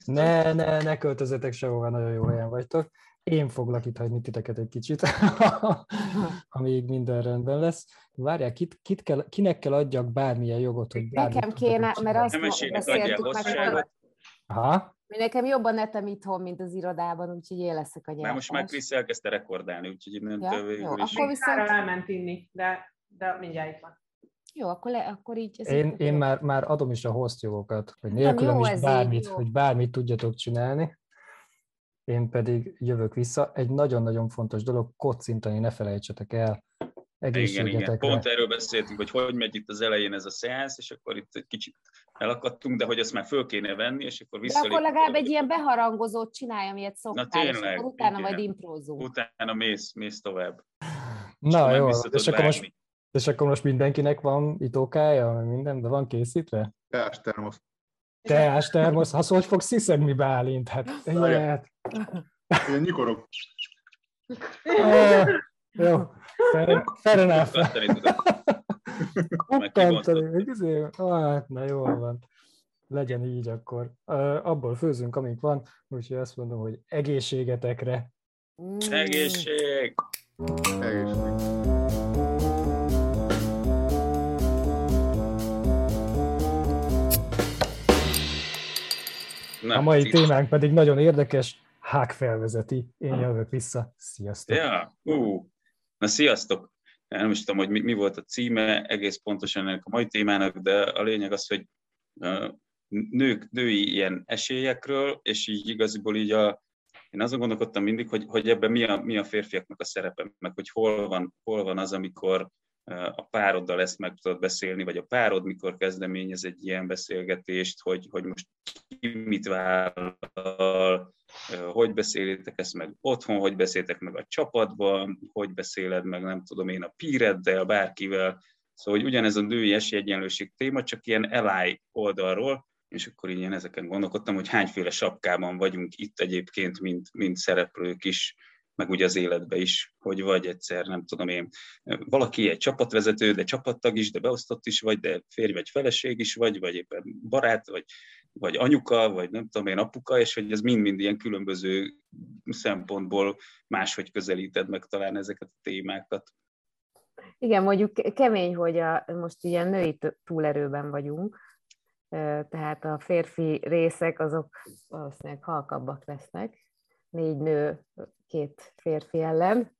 Ne költözetek sehova, nagyon jó helyen vagytok. Én foglak itt hagyni titeket egy kicsit, amíg minden rendben lesz. Várjál, kinek kell adjak bármilyen jogot, hogy bármit nekem kéne, mert azt Nemesének adjál beszéltük meg, Aha. hogy nekem jobb a netem itthon, mint az irodában, úgyhogy én leszek a nyertes. Már most már Krisz elkezdte rekordálni, úgyhogy innentől végül is. Akkor viszont... elment inni, de mindjárt itt van. Jó, akkor így... Én már adom is a host jogokat, hogy nélkülem is bármit, hogy bármit tudjatok csinálni. Én pedig jövök vissza. Egy nagyon-nagyon fontos dolog, kocintani, ne felejtsetek el. Igen. Pont erről beszéltünk, hogy megy itt az elején ez a szeánsz, és akkor itt egy kicsit elakadtunk, de hogy azt már föl kéne venni, és akkor visszalépünk. De akkor legalább egy ilyen beharangozót csinálj, amilyet szoktál, na, tényleg, és akkor utána majd imprózunk. Utána mész tovább. Na jó, és akkor most mindenkinek van itókája, minden, de van készítve? Teás termosz. Hogy fogsz sziszegni, Bálint? Hát, ilyet. Én nyikorok. Jó, fair enough. Kukkantani. Na jól van. Legyen így akkor. Abból főzünk, amik van, úgyhogy azt mondom, hogy egészségetekre. Egészség! A mai témánk pedig nagyon érdekes, Hák felvezeti. Én jövök vissza. Sziasztok! Ja, na sziasztok! Nem is tudom, hogy mi volt a címe egész pontosan ennek a mai témának, de a lényeg az, hogy női ilyen esélyekről, és így igaziból így én azon gondolkodtam mindig, hogy ebben mi a férfiaknak a szerepe, meg hogy hol van az, amikor a pároddal ezt meg tudod beszélni, vagy a párod mikor kezdeményez egy ilyen beszélgetést, hogy most ki mit vállal, hogy beszélitek ezt meg otthon, hogy beszéltek meg a csapatban, hogy beszéled meg, nem tudom én, a peereddel, bárkivel. Szóval, hogy ugyanez a női esélyegyenlőség téma, csak ilyen ally oldalról, és akkor így én ezeken gondolkodtam, hogy hányféle sapkában vagyunk itt egyébként, mint szereplők is, meg ugye az életbe is, hogy vagy egyszer, nem tudom én, valaki egy csapatvezető, de csapattag is, de beosztott is vagy, de férj vagy feleség is vagy éppen barát, vagy anyuka, vagy nem tudom én, apuka, és hogy ez mind-mind ilyen különböző szempontból máshogy közelíted meg talán ezeket a témákat. Igen, mondjuk kemény, hogy most ilyen női túlerőben vagyunk, tehát a férfi részek azok valószínűleg halkabbak lesznek. 4 nő, 2 férfi ellen.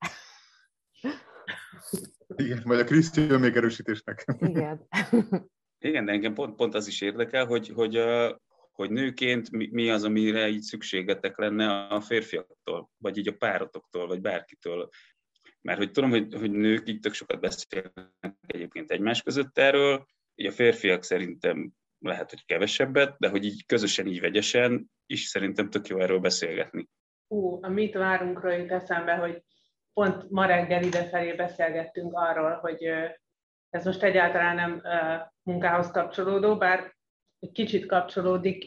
Igen, majd a Kriszti jön még erősítésnek. Igen. Igen, de engem pont az is érdekel, hogy nőként mi az, amire így szükségetek lenne a férfiaktól, vagy így a párotoktól, vagy bárkitől. Mert hogy tudom, hogy nők így tök sokat beszélnek egyébként egymás között erről, így a férfiak szerintem lehet, hogy kevesebbet, de hogy így közösen, így vegyesen is szerintem tök jó erről beszélgetni. A mit várunkról jut eszembe, hogy pont ma reggel idefelé beszélgettünk arról, hogy ez most egyáltalán nem munkához kapcsolódó, bár egy kicsit kapcsolódik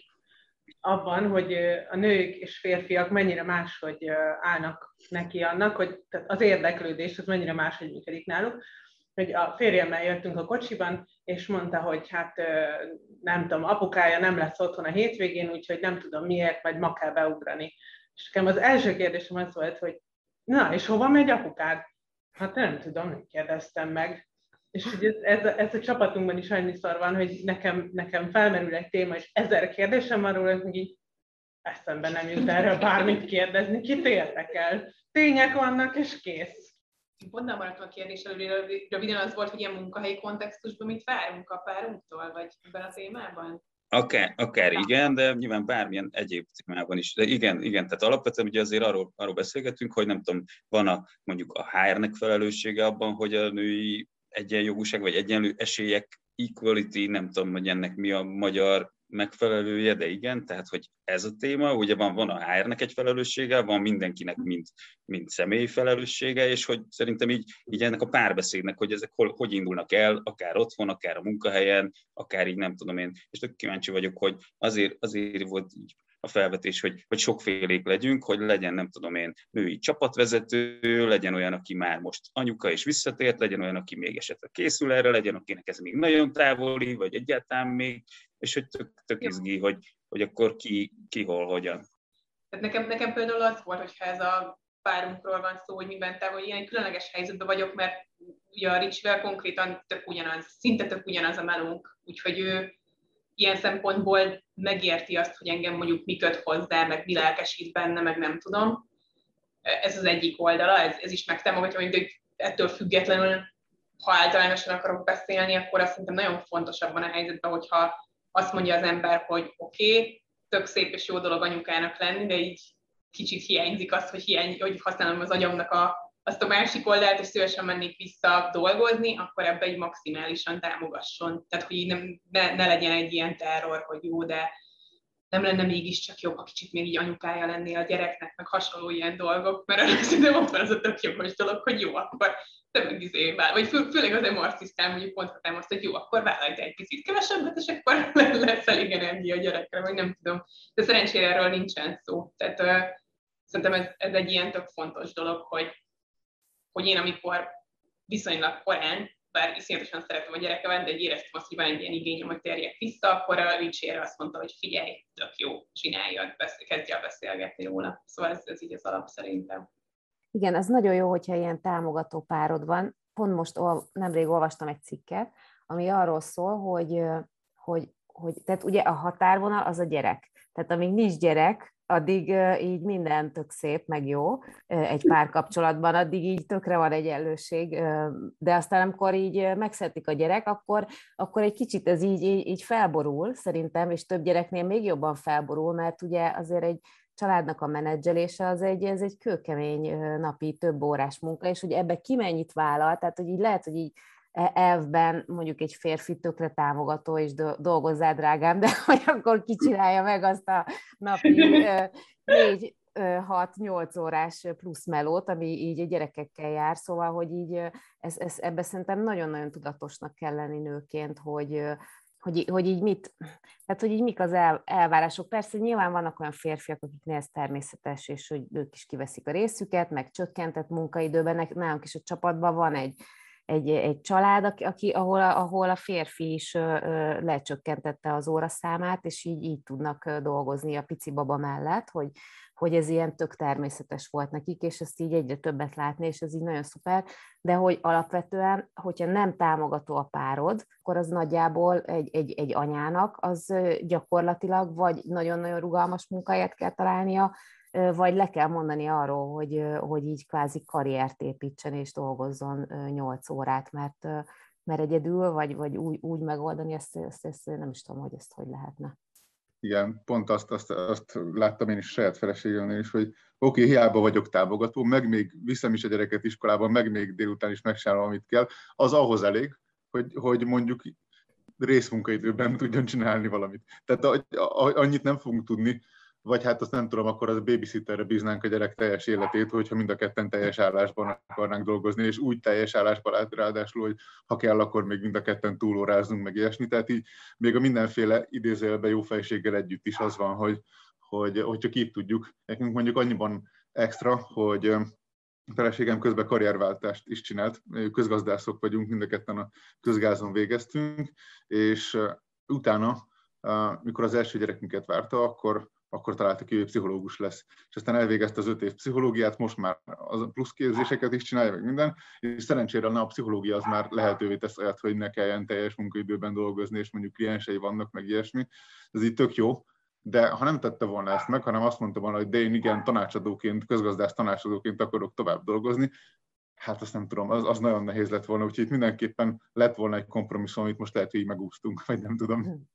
abban, hogy a nők és férfiak mennyire máshogy állnak neki annak, hogy az érdeklődés az mennyire máshogy működik náluk. Hogy a férjemmel jöttünk a kocsiban, és mondta, hogy hát nem tudom, apukája nem lesz otthon a hétvégén, úgyhogy nem tudom miért, majd ma kell beugrani. És nekem az első kérdésem az volt, hogy na, és hova megy apukád? Hát nem tudom, nem kérdeztem meg. És ugye ez a csapatunkban is annyiszor van, hogy nekem felmerül egy téma, és 1000 kérdésem van róla, hogy így eszembe nem jut erre bármit kérdezni, kit érdekel. Tények vannak, és kész. Pont nem maradtam a kérdésről, röviden az volt, hogy ilyen munkahelyi kontextusban mit várunk a párunktól, vagy ebben a témában? Akár igen, de nyilván bármilyen egyéb témában is. De igen, tehát alapvetően ugye azért arról beszélgetünk, hogy nem tudom, van mondjuk a HR-nek felelőssége abban, hogy a női egyenjogúság, vagy egyenlő esélyek, equality, nem tudom, hogy ennek mi a magyar megfelelője, de igen, tehát, hogy ez a téma, ugye van a HR-nek egy felelőssége, van mindenkinek mint személyi felelőssége, és hogy szerintem így ennek a párbeszédnek, hogy ezek hogy indulnak el, akár otthon, akár a munkahelyen, akár így nem tudom én, és tök kíváncsi vagyok, hogy azért volt így a felvetés, hogy sokfélék legyünk, hogy legyen, nem tudom én, női csapatvezető, legyen olyan, aki már most anyuka és visszatért, legyen olyan, aki még esetleg készül erre, legyen, akinek ez még nagyon távoli, vagy egyáltalán még, és hogy tök izgi, hogy akkor ki hol, hogyan. Tehát nekem például az volt, hogyha ez a párunkról van szó, hogy miben te, hogy ilyen különleges helyzetben vagyok, mert ugye a Ricsivel konkrétan szinte tök ugyanaz a melónk, úgyhogy ő ilyen szempontból megérti azt, hogy engem mondjuk mi köt hozzá, meg mi lelkesít benne, meg nem tudom. Ez az egyik oldala, ez is megtámogatja, de ettől függetlenül, ha általánosan akarok beszélni, akkor azt szerintem nagyon fontos abban a helyzetben, hogyha azt mondja az ember, hogy oké, tök szép és jó dolog anyukának lenni, de így kicsit hiányzik az, hogy használom az agyamnak azt a másik oldalt, és szívesen mennék vissza dolgozni, akkor ebbe így maximálisan támogasson. Tehát, hogy így ne legyen egy ilyen terror, hogy jó, de nem lenne mégiscsak jobb, ha kicsit még így anyukája lennél a gyereknek, meg hasonló ilyen dolgok, mert szerintem ott van az a tök jogos dolog, hogy jó, akkor te meg vagy főleg az MR-szisztám mondjuk mondhatnám azt, hogy jó, akkor vállalj egy picit kevesebbet, és akkor lesz elég energia a gyerekre, vagy nem tudom. De szerencsére erről nincsen szó. Tehát szerintem ez egy ilyen tök fontos dolog, hogy én amikor viszonylag korán, bár iszonyatosan szeretem a gyerekemet, de éreztem azt, hogy van egy ilyen igényem, hogy térjek vissza, akkor a Ricsére azt mondta, hogy figyelj, tök jó, csináljad, kezdj el beszélgetni róla. Szóval ez így az alap szerintem. Igen, ez nagyon jó, hogyha ilyen támogató párod van. Pont most nemrég olvastam egy cikket, ami arról szól, hogy tehát ugye a határvonal az a gyerek. Tehát amíg nincs gyerek, addig így minden tök szép, meg jó egy párkapcsolatban, addig így tökre van egyenlőség, de aztán amikor így megszületik a gyerek, akkor egy kicsit ez így felborul szerintem, és több gyereknél még jobban felborul, mert ugye azért egy családnak a menedzselése ez egy kőkemény napi több órás munka, és hogy ebbe ki mennyit vállal, tehát hogy így lehet, hogy így elvben mondjuk egy férfi tökre támogató, és dolgozzál, drágám, de hogy akkor kicsinálja meg azt a napi 4-6-8 órás plusz melót, ami így a gyerekekkel jár, szóval, hogy így ebbe szerintem nagyon-nagyon tudatosnak kell lenni nőként, hogy így tehát hogy így mik az elvárások. Persze nyilván vannak olyan férfiak, akiknél ez természetes, és hogy ők is kiveszik a részüket, meg csökkentett munkaidőben, nálunk is a csapatban van egy család, ahol a férfi is lecsökkentette az óraszámát, és így tudnak dolgozni a pici baba mellett, hogy ez ilyen tök természetes volt nekik, és ezt így egyre többet látni, és ez így nagyon szuper, de hogy alapvetően, hogyha nem támogató a párod, akkor az nagyjából egy anyának, az gyakorlatilag vagy nagyon-nagyon rugalmas munkáját kell találnia, vagy le kell mondani arról, hogy így kvázi karriert építsen és dolgozzon 8 órát, mert egyedül, vagy úgy megoldani, ezt nem is tudom, hogy ezt hogy lehetne. Igen, pont azt láttam én is saját feleségemnél is, hogy oké, hiába vagyok támogató, meg még viszem is a gyereket iskolában, meg még délután is megcsinálom, amit kell, az ahhoz elég, hogy mondjuk részmunkaidőben tudjon csinálni valamit. Tehát annyit nem fogunk tudni, vagy hát azt nem tudom, akkor az a babysitterre bíznánk a gyerek teljes életét, hogyha mind a ketten teljes állásban akarnánk dolgozni, és úgy teljes állásban ráadásul, hogy ha kell, akkor még mind a ketten túlórázunk, meg ilyesmi. Tehát így még a mindenféle idézőjelben jó fejséggel együtt is az van, hogy csak így tudjuk. Nekünk mondjuk annyiban extra, hogy a feleségem közben karrierváltást is csinált. Közgazdászok vagyunk, mind a ketten a közgázon végeztünk, és utána, mikor az első gyerekünket várta, akkor találta ki, hogy pszichológus lesz. És aztán elvégezte az 5 év pszichológiát, most már az plusz képzéseket is csinálja, meg minden, és szerencsére a pszichológia az már lehetővé tesz olyat, hogy ne kelljen teljes munkaidőben dolgozni, és mondjuk kliensei vannak, meg ilyesmi. Ez így tök jó, de ha nem tette volna ezt meg, hanem azt mondta volna, hogy de én igen, tanácsadóként, közgazdász tanácsadóként akarok tovább dolgozni, hát azt nem tudom, az nagyon nehéz lett volna, úgyhogy itt mindenképpen lett volna egy kompromisszum, amit most lehet, hogy így megúsztunk, vagy nem tudom.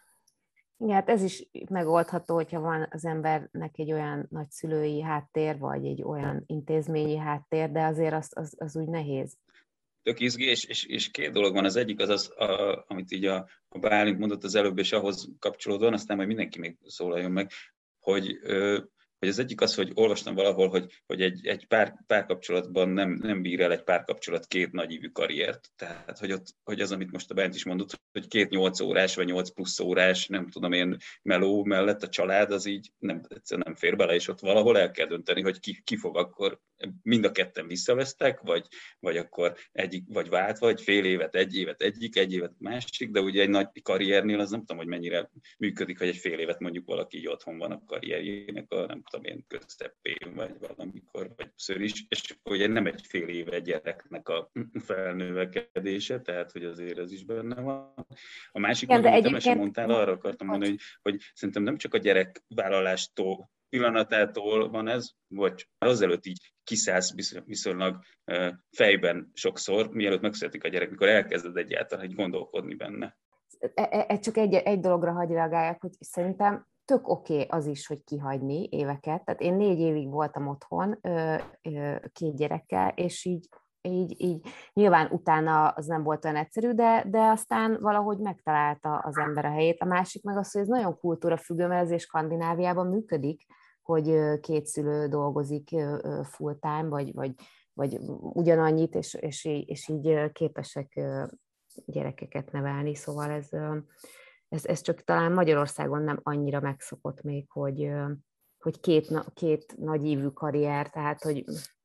Igen, hát ez is megoldható, hogyha van az embernek egy olyan nagyszülői háttér, vagy egy olyan intézményi háttér, de azért az úgy nehéz. Tök izgi, és 2 dolog van. Az egyik az, amit így a Bálint mondott az előbb, és ahhoz kapcsolódóan, aztán majd mindenki még szólaljon meg, hogy az egyik az, hogy olvastam valahol, hogy egy párkapcsolatban nem bír el egy párkapcsolat 2 nagyívű karriert. Tehát, hogy az, amit most a Bent is mondott, hogy 2 8 órás vagy 8 plusz órás, nem tudom én, meló mellett a család, az így egyszerűen nem fér bele, és ott valahol el kell dönteni, hogy ki fog akkor mind a ketten visszavesztek, vagy akkor vagy váltva, vagy fél évet, 1 évet egyik, 1 évet másik, de ugye egy nagy karriernél az nem tudom, hogy mennyire működik, hogy egy fél évet mondjuk valaki így otthon van a karrierjének, nem tudom én, közepén, vagy valamikor, vagy ször is, és ugye nem egy fél éve egy gyereknek a felnövekedése, tehát hogy azért ez is benne van. A másik, meg, amit Temese mondtál, arra akartam mondani, hogy szerintem nem csak a gyerekvállalástól, pillanatától van ez, vagy azelőtt így kiszállsz viszonylag fejben sokszor, mielőtt megszületik a gyerek, mikor elkezded egyáltalán így gondolkodni benne. Csak egy dologra hagyj reagáljak, hogy szerintem tök oké az is, hogy kihagyni éveket. Tehát én 4 évig voltam otthon 2 gyerekkel, és így nyilván utána az nem volt olyan egyszerű, de aztán valahogy megtalálta az ember a helyét. A másik meg az, hogy ez nagyon kultúrafüggő, mert azért Skandináviában működik, hogy 2 szülő dolgozik full time, vagy ugyanannyit, és így képesek gyerekeket nevelni. Szóval ez csak talán Magyarországon nem annyira megszokott még, hogy két nagyívű karrier, tehát hogy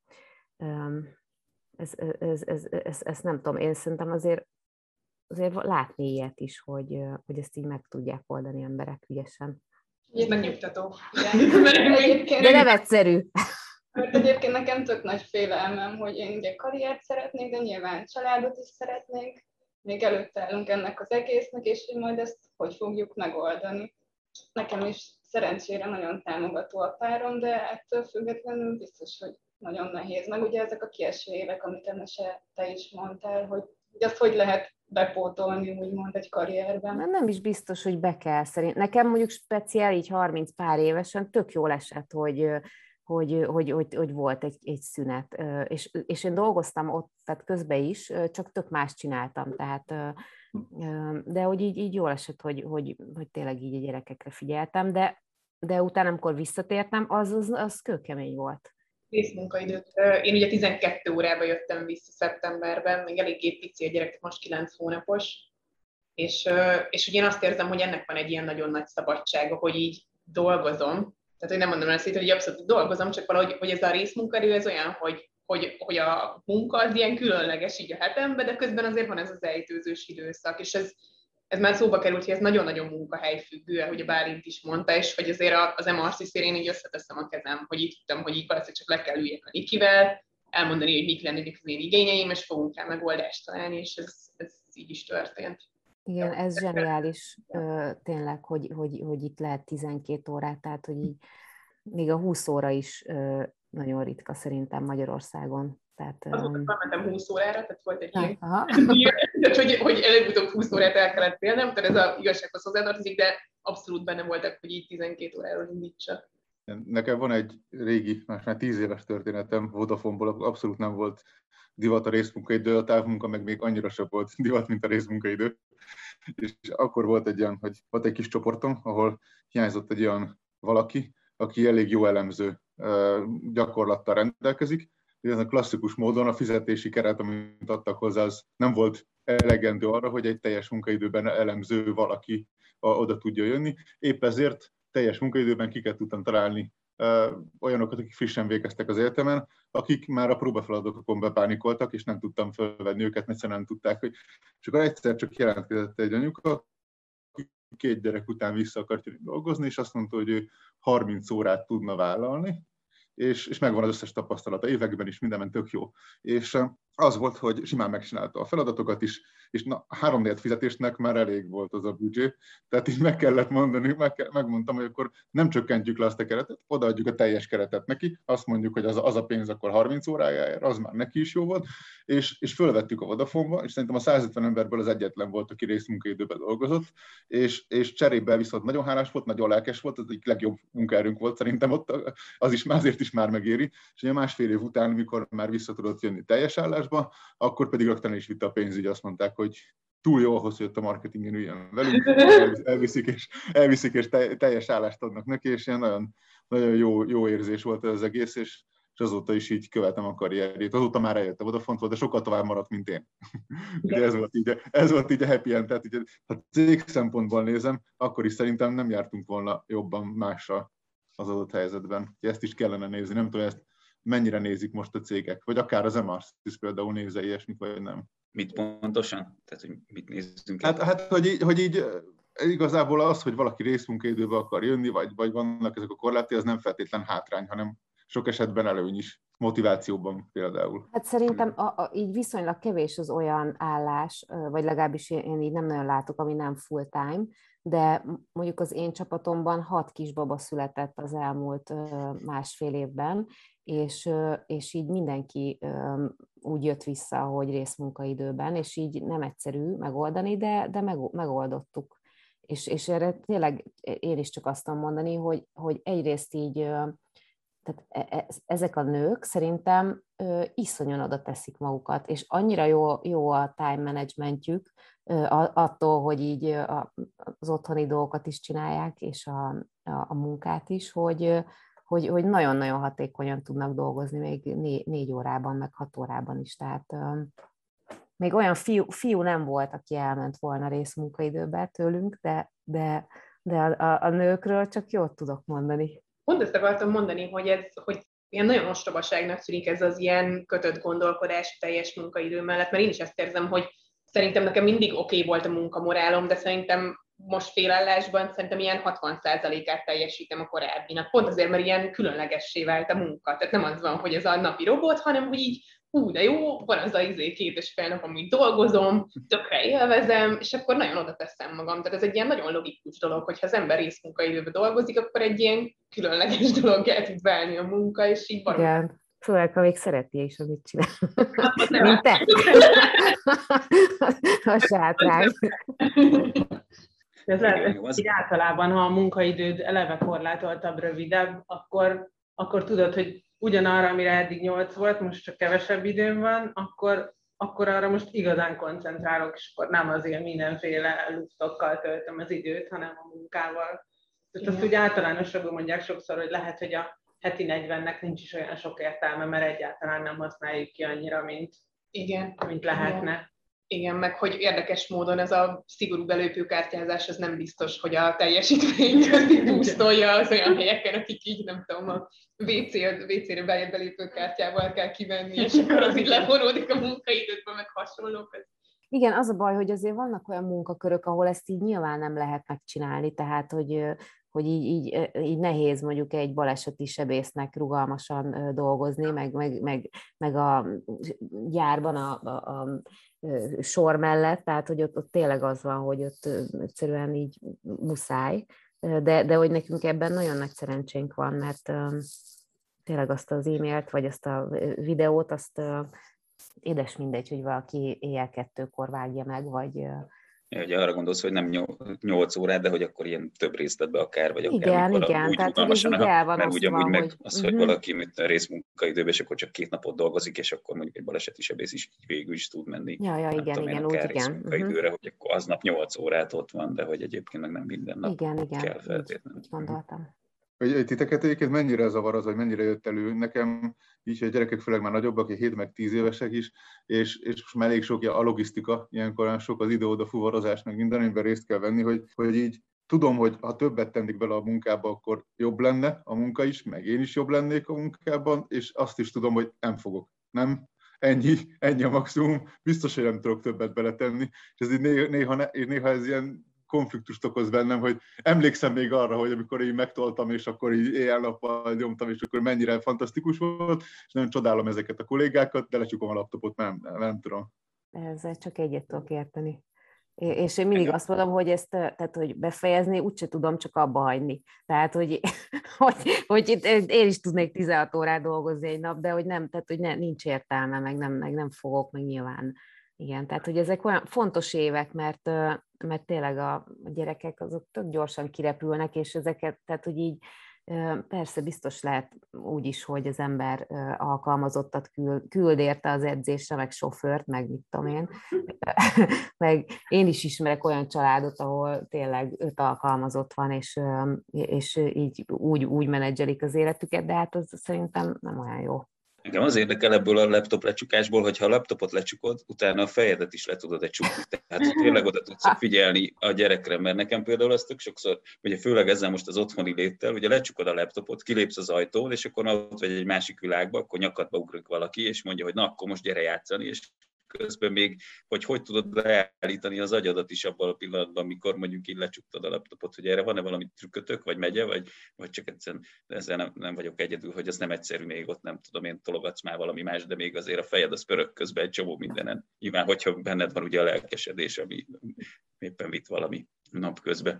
ez nem tudom, én szerintem azért látni ilyet is, hogy ezt így meg tudják oldani emberek ügyesen. Ez megnyugtató. De nem egyszerű. Mert egyébként nekem tök nagy félelmem, hogy én ugye karriert szeretnék, de nyilván családot is szeretnék. Még előtte állunk ennek az egésznek, és hogy majd ezt hogy fogjuk megoldani. Nekem is szerencsére nagyon támogató a párom, de ettől függetlenül biztos, hogy nagyon nehéz. Meg ugye ezek a kieső évek, amit te is mondtál, hogy azt hogy lehet bepótolni, úgymond egy karrierben. Nem is biztos, hogy be kell szerint. Nekem mondjuk speciál így 30 pár évesen tök jól esett, hogy volt egy szünet. És én dolgoztam ott, tehát közben is, csak tök más csináltam. Tehát, de hogy így jól esett, hogy tényleg így a gyerekekre figyeltem, de utána, amikor visszatértem, az kőkemény volt. Részmunkaidőt. Én ugye 12 órába jöttem vissza szeptemberben, még eléggé pici a gyerek, most 9 hónapos, és ugye én azt érzem, hogy ennek van egy ilyen nagyon nagy szabadsága, hogy így dolgozom. Tehát, hogy nem mondom el hogy abszolút dolgozom, csak valahogy hogy ez a részmunkaidő, ez olyan, hogy a munka az ilyen különleges így a hetemben, de közben azért van ez az ejtőzős időszak, és ez már szóba került, hogy ez nagyon-nagyon munkahelyfüggő, ahogy a Bálint is mondta, és hogy azért az MRCC-n én így összeteszem a kezem, hogy így tudtam, hogy így valószínűleg csak le kell üljek a Nikivel, elmondani, hogy mik lennének az én igényeim, és fogunk rá megoldást találni, és ez így is történt. Igen, ez zseniális tényleg, hogy itt lehet 12 órát, tehát hogy így még a 20 óra is nagyon ritka szerintem Magyarországon. Tehát, azóta mentem 20 órára, tehát volt egy ilyen, tehát, hogy előbb-utóbb 20 órát el kellett félnem, tehát ez az igazsághoz hozzátartozik, de abszolút benne voltak, hogy így 12 óráról indítsak. Nekem van egy régi, már 10 éves történetem Vodafone-ból, abszolút nem volt divat a részmunkaidő, a távmunka meg még annyira sem volt divat, mint a részmunkaidő. És akkor volt egy olyan, hogy volt egy kis csoportom, ahol hiányzott egy olyan valaki, aki elég jó elemző gyakorlattal rendelkezik. Ez a klasszikus módon a fizetési keret, amit adtak hozzá, az nem volt elegendő arra, hogy egy teljes munkaidőben elemző valaki oda tudja jönni. Épp ezért teljes munkaidőben kiket tudtam találni olyanokat, akik frissen végeztek az egyetemen, akik már a próbafeladatokon bepánikoltak, és nem tudtam felvenni őket, mert nem tudták, hogy... És akkor egyszer csak jelentkezett egy anyuka, 2 gyerek után vissza akart jönni dolgozni, és azt mondta, hogy ő 30 órát tudna vállalni, és megvan az összes tapasztalata, években is mindenben tök jó. És az volt, hogy simán megcsinálta a feladatokat is, és 3/4 fizetésnek már elég volt az a büdzsé. Tehát így meg kellett mondani, megmondtam, hogy akkor nem csökkentjük le azt a keretet, odaadjuk a teljes keretet neki, azt mondjuk, hogy az a pénz akkor 30 órájáért, az már neki is jó volt, és fölvettük a Vodafone-ba, és szerintem a 150 emberből az egyetlen volt, aki részmunkaidőben dolgozott, és cserébe viszont nagyon hálás volt, nagyon lelkes volt, az egyik legjobb munkaerőnk volt szerintem ott, azért is már megéri, és ugye 1,5 év után, mikor már vissza tudott jönni teljes állásba, akkor pedig rögtön is vitte a pénzügy, azt mondták, hogy túl jó ahhoz, hogy ott a marketingen üljön velünk, elviszik és teljes állást adnak neki, és ilyen nagyon, nagyon jó érzés volt ez az egész, és azóta is így követem a karrierjét. Azóta már eljött a Vodafone volt, de sokkal tovább maradt, mint én. Ugye ez volt így a happy end, tehát így, ha cég szempontból nézem, akkor is szerintem nem jártunk volna jobban másra az adott helyzetben. Ezt is kellene nézni, nem tudom, ezt mennyire nézik most a cégek, vagy akár az MRC például nézze ilyesmit, vagy nem. Mit pontosan? Tehát, hogy mit nézzünk? Hát hogy így igazából az, hogy valaki részmunkaidőbe akar jönni, vagy vannak ezek a korlátai, az nem feltétlen hátrány, hanem sok esetben előny is, motivációban például. Hát szerintem így viszonylag kevés az olyan állás, vagy legalábbis én így nem nagyon látok, ami nem full-time, de mondjuk az én csapatomban 6 kisbaba született az elmúlt másfél évben, és így mindenki úgy jött vissza, hogy részmunkaidőben, és így nem egyszerű megoldani, de megoldottuk. És erre tényleg én is csak azt tudom mondani, hogy egyrészt így, tehát ezek a nők szerintem iszonyan oda teszik magukat, és annyira jó a time managementjük attól, hogy így az otthoni dolgokat is csinálják, és a munkát is, hogy nagyon-nagyon hatékonyan tudnak dolgozni még 4 órában, meg 6 órában is. Tehát még olyan fiú nem volt, aki elment volna részmunkaidőbe tőlünk, de a nőkről csak jót tudok mondani. Pont ezt akartam mondani, hogy ilyen nagyon ostobaságnak tűnik ez az ilyen kötött gondolkodás teljes munkaidő mellett, mert én is ezt érzem, hogy szerintem nekem mindig oké volt a munkamorálom, de szerintem most félállásban szerintem ilyen 60%-át teljesítem a korábbinak. Pont azért, mert ilyen különlegessé vált a munka. Tehát nem az van, hogy ez a napi robot, hanem hogy így de jó, van az a 2,5 nap, amit dolgozom, tökre élvezem, és akkor nagyon oda teszem magam. Tehát ez egy ilyen nagyon logikus dolog, hogyha az ember részmunkaidőben dolgozik, akkor egy ilyen különleges dologgá tud válni a munka, és így valami. Igen, főleg, ha még szereti is, amit csinál. Mint te. A sátrány. Ez lehet, hogy általában, ha a munkaidőd eleve korlátoltabb, rövidebb, akkor tudod, hogy ugyanarra, amire eddig 8 volt, most csak kevesebb időm van, akkor arra most igazán koncentrálok, és akkor nem azért mindenféle luftokkal töltöm az időt, hanem a munkával. Tehát azt úgy általánosabban mondják sokszor, hogy lehet, hogy a heti 40-nek nincs is olyan sok értelme, mert egyáltalán nem használjuk ki annyira, mint lehetne. Igen, meg hogy érdekes módon ez a szigorú belépőkártyázás, ez nem biztos, hogy a teljesítményt pusztolja az olyan helyeken, akik így nem tudom, a WC-re belépőkártyával kell kivenni, és akkor az így levonódik a munkaidőtben, meg hasonlók. Igen, az a baj, hogy azért vannak olyan munkakörök, ahol ezt így nyilván nem lehet megcsinálni, tehát hogy így nehéz mondjuk egy baleseti sebésznek rugalmasan dolgozni, meg a gyárban a sor mellett, tehát hogy ott tényleg az van, hogy ott egyszerűen így muszáj, de hogy nekünk ebben nagyon nagy szerencsénk van, mert tényleg azt az e-mailt, vagy azt a videót, azt édes mindegy, hogy valaki éjjel 2-kor vágja meg, vagy... Ugye arra gondolsz, hogy nem 8 órát, de hogy akkor ilyen több részletbe akár, vagy akár igen, tehát hogy ez így el van mert ugyanúgy meg hogy... az, hogy valaki részmunkaidőben, és akkor csak 2 napot dolgozik, és akkor mondjuk egy baleseti sebész is végül is tud menni. Ja, igen, úgy igen. Részmunkaidőre, hogy akkor aznap 8 órát ott van, de hogy egyébként meg nem minden nap kell feltétlenül. Így gondoltam. Hogy titeket egyébként mennyire zavar az, vagy mennyire jött elő? Nekem így, hogy a gyerekek főleg már nagyobbak, 7 meg 10 évesek is, és most már elég sok a logisztika, ilyenkor sok az ide-oda fuvarozás, meg minden, amiben részt kell venni, hogy így tudom, hogy ha többet tennék bele a munkába, akkor jobb lenne a munka is, meg én is jobb lennék a munkában, és azt is tudom, hogy nem fogok. Nem? Ennyi a maximum, biztos, hogy nem tudok többet beletenni, és ez így néha ez ilyen konfliktust okoz bennem, hogy emlékszem még arra, hogy amikor én megtoltam, és akkor így éjjel-nappal nyomtam, és akkor mennyire fantasztikus volt, és nagyon csodálom ezeket a kollégákat, de lecsukom a laptopot, nem tudom. Ezzel csak egyet tudok érteni. És én mindig azt mondom, hogy ezt, tehát, hogy befejezni, úgyse tudom csak abba hagyni. Tehát, hogy én is tudnék 16 órát dolgozni egy nap, de hogy nem, tehát, hogy nincs értelme, meg nem fogok, meg nyilván. Igen, tehát, hogy ezek olyan fontos évek, mert tényleg a gyerekek azok tök gyorsan kirepülnek, és ezeket, tehát, hogy így Persze biztos lehet úgy is, hogy az ember alkalmazottat küld érte az edzésre, meg sofőrt, meg mit tudom én. Meg én is ismerek olyan családot, ahol tényleg 5 alkalmazott van, és így úgy menedzselik az életüket, de hát az szerintem nem olyan jó. Engem az érdekel ebből a laptop lecsukásból, hogy ha a laptopot lecsukod, utána a fejedet is le tudod csukni. Tehát tényleg oda tudsz figyelni a gyerekre, mert nekem például azt tök sokszor, ugye főleg ezzel most az otthoni léttel, ugye lecsukod a laptopot, kilépsz az ajtón, és akkor ott vagy egy másik világba, akkor nyakadba ugrik valaki, és mondja, hogy na, akkor most gyere játszani, és közben még, hogy tudod leállítani az agyadat is abban a pillanatban, amikor mondjuk így lecsuktad a laptopot, hogy erre van-e valami trükkötök, vagy megye, vagy csak egyszerűen ezzel nem vagyok egyedül, hogy ez nem egyszerű, még ott nem tudom én, tologatsz már valami más, de még azért a fejed az pörög közben egy csomó mindenen. Nyilván, hogyha benned van ugye a lelkesedés, ami éppen vitt valami nap közben.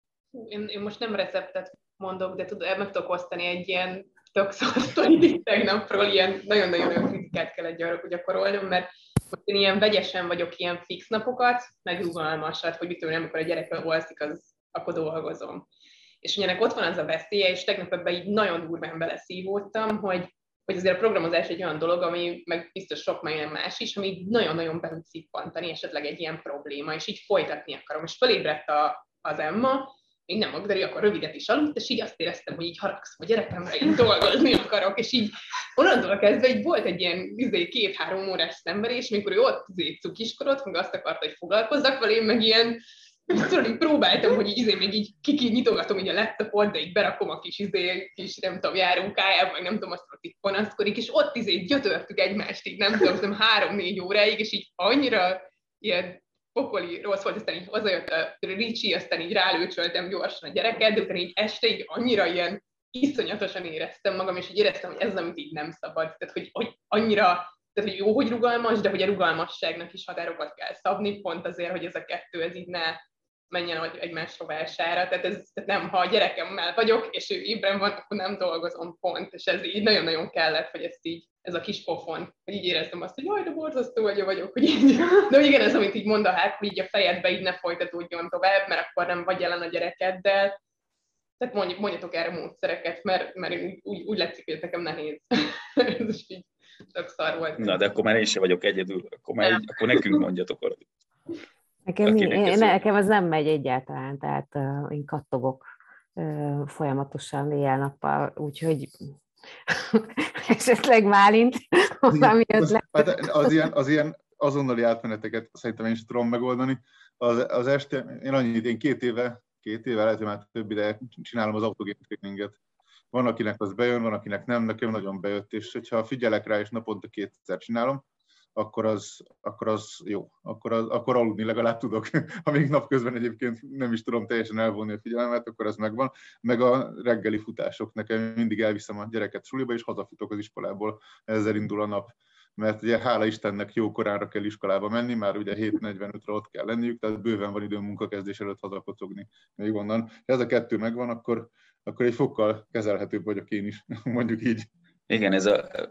Én most nem receptet mondok, de meg tudok osztani egy ilyen tök szorsztorit tegnapról, ilyen nagyon-nagyon kritikát kellett gyakorolnom, mert most én ilyen vegyesen vagyok ilyen fix napokat, meg rugalmasat, hogy mit tudom, amikor a gyerek alszik, akkor dolgozom. És ugye ennek ott van az a veszélye, és tegnap ebben így nagyon durván beleszívódtam, hogy azért a programozás egy olyan dolog, ami meg biztos sok minden más is, ami nagyon-nagyon be tud szippantani, esetleg egy ilyen probléma, és így folytatni akarom. És felébredt az Emma, még nem Magdari, akkor rövidet is aludt, és így azt éreztem, hogy így haragszom a gyerekemre, így dolgozni akarok, és így onnantól kezdve így volt egy ilyen 2-3 órás szenvedés, amikor ő ott cukiskodott, meg azt akarta, hogy foglalkozzak vele, én meg ilyen, így próbáltam, hogy így még így nyitogatom így a laptopot, de így berakom a kis nem tudom, járókájába, meg nem tudom, azt így panaszkodik, és ott gyötörtük egymást, így nem tudom, 3-4 óráig, és így annyira ilyen pokoli rossz volt, aztán így hazajött a Ricsi, aztán így rálőcsöltem gyorsan a gyereket, de utána így este így annyira ilyen iszonyatosan éreztem magam, és így éreztem, hogy ez az, amit így nem szabad. Tehát, hogy annyira, tehát, hogy jó, hogy rugalmas, de hogy a rugalmasságnak is határokat kell szabni, pont azért, hogy ez a kettő, ez így ne menjen egymás rovására. Tehát nem, ha a gyerekemmel vagyok, és ő ébren van, akkor nem dolgozom, pont. És ez így nagyon-nagyon kellett, hogy ez a kis pofon, hogy így éreztem azt, hogy jaj, de borzasztó vagyok, hogy így. De igen, ez, amit így mond a hát, hogy így a fejedbe így ne folytatódjon tovább, mert akkor nem vagy jelen a gyerekeddel. Tehát mondjatok erre módszereket, mert én úgy látszik, hogy nekem nehéz. Ez is így tök szar volt. Na, de akkor már én sem vagyok egyedül, akkor nekünk mondjatok valamit. Nekem az nem megy egyáltalán, tehát én kattogok folyamatosan éjjel-nappal, úgyhogy esetleg Bálint, valami ötlet. Az ilyen azonnali átmeneteket szerintem én is tudom megoldani. Az este, én 2 éve, lehet, hogy már több ideje csinálom az autogame traininget. Van, akinek az bejön, van, akinek nem, nekem nagyon bejött, és hogyha figyelek rá, és naponta 2-szer csinálom, akkor az jó. Akkor aludni legalább tudok. Amíg napközben egyébként nem is tudom teljesen elvonni a figyelmet, akkor ez megvan. Meg a reggeli futások. Nekem mindig elviszem a gyereket suliba, és hazafutok az iskolából. Ezzel indul a nap. Mert ugye hála Istennek jó koránra kell iskolába menni, már ugye 7:45-re ott kell lenniük, tehát bőven van időm munkakezdés előtt hazakocogni még onnan. Ha ez a 2 megvan, akkor egy fokkal kezelhetőbb vagyok én is, mondjuk így. Igen, ez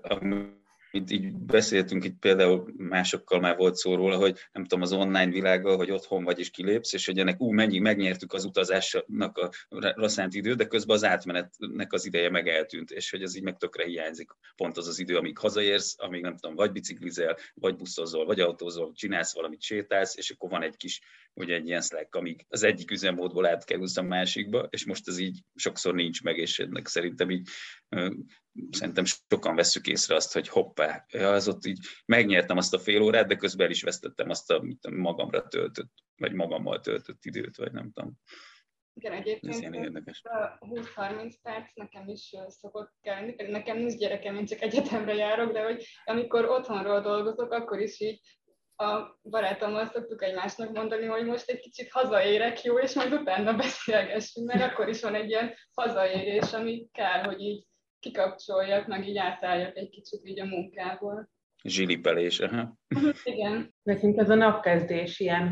amit így beszéltünk, itt például másokkal már volt szó róla, hogy nem tudom, az online világgal, hogy otthon vagy és kilépsz, és hogy ennek megnyertük az utazásnak a szánt időt, de közben az átmenetnek az ideje meg eltűnt, és hogy ez így meg tökre hiányzik. Pont az idő, amíg hazaérsz, amíg nem tudom, vagy biciklizel, vagy buszozol, vagy autózol, csinálsz valamit, sétálsz, és akkor van egy kis, ugye egy ilyen slack, amíg az egyik üzemmódból átkerülsz a másikba, és most ez így sokszor nincs meg, és ennek szerintem így szerintem sokan vesszük észre azt, hogy hoppá, az ott így megnyertem azt a fél órát, de közben el is vesztettem azt a magamra töltött, vagy magammal töltött időt, vagy nem tudom. Igen, egyébként a 20-30 perc nekem is szokott kelleni, pedig nekem nincs gyerekem, én csak egyetemre járok, de hogy amikor otthonról dolgozok, akkor is így a barátommal szoktuk egymásnak mondani, hogy most egy kicsit hazaérek, jó, és majd utána beszélgessünk, mert akkor is van egy ilyen hazaérés, ami kell, hogy így kikapcsoljak, meg így átálljak egy kicsit így a munkából. Zsilipelés, aha. Igen. Nekünk ez a napkezdés ilyen,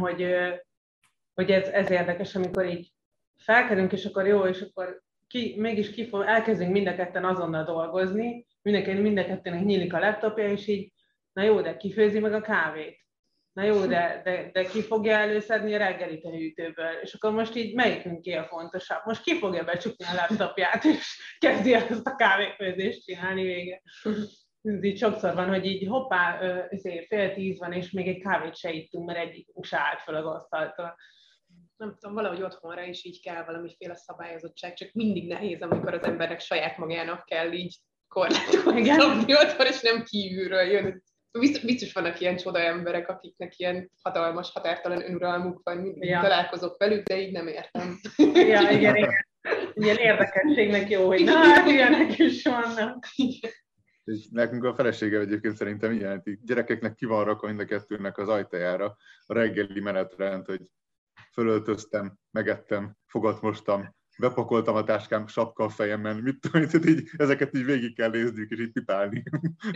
hogy ez érdekes, amikor így felkelünk, és akkor jó, és akkor elkezdünk mind a ketten azonnal dolgozni, mind a kettőnek nyílik a laptopja, és így, na jó, de ki főzi meg a kávét? Na jó, de ki fogja előszedni a reggelit a hűtőből? És akkor most így melyikünk a fontosabb? Most ki fogja becsukni a laptopját, és kezdi el ezt a kávéfőzést csinálni vége? Ez így sokszor van, hogy így hoppá, 9:30 van, és még egy kávét se ittunk, mert egyik se állt fel az asztaltól. Nem tudom, valahogy otthonra is így kell valamiféle szabályozottság, csak mindig nehéz, amikor az embernek saját magának kell így korlátozni otthon, és nem kívülről jön. Biztos vannak ilyen csoda emberek, akiknek ilyen hatalmas, határtalan önuralmuk van, mindig találkozok velük, de így nem értem. Ja, igen. Ilyen érdekességnek jó, hogy na, ilyenek is vannak. És nekünk a felesége egyébként szerintem ilyen, gyerekeknek ki van rakva mind a kettőnek az ajtajára a reggeli menetrend, hogy fölöltöztem, megettem, fogat mostam, bepakoltam a táskám, sapka a fejemben, mit tudom, így, ezeket így végig kell néznünk, és így pipálni.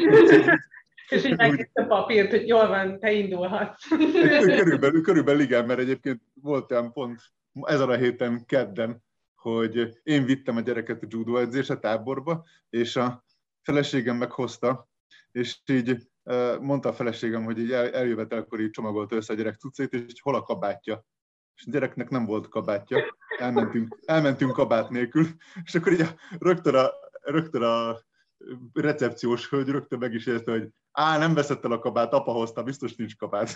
És így megnézte a papírt, hogy jól van, te indulhatsz. Körülbelül igen, mert egyébként volt olyan pont ezen a héten kedden, hogy én vittem a gyereket a judo edzésre táborba, és a feleségem meghozta, és így mondta a feleségem, hogy így eljövetelkor így csomagolta össze a gyerek cuccait, és hol a kabátja. És a gyereknek nem volt kabátja, elmentünk kabát nélkül, és akkor így rögtön a recepciós hölgy rögtön meg is érte, hogy nem veszett el a kabát, apa hozta, biztos nincs kabát.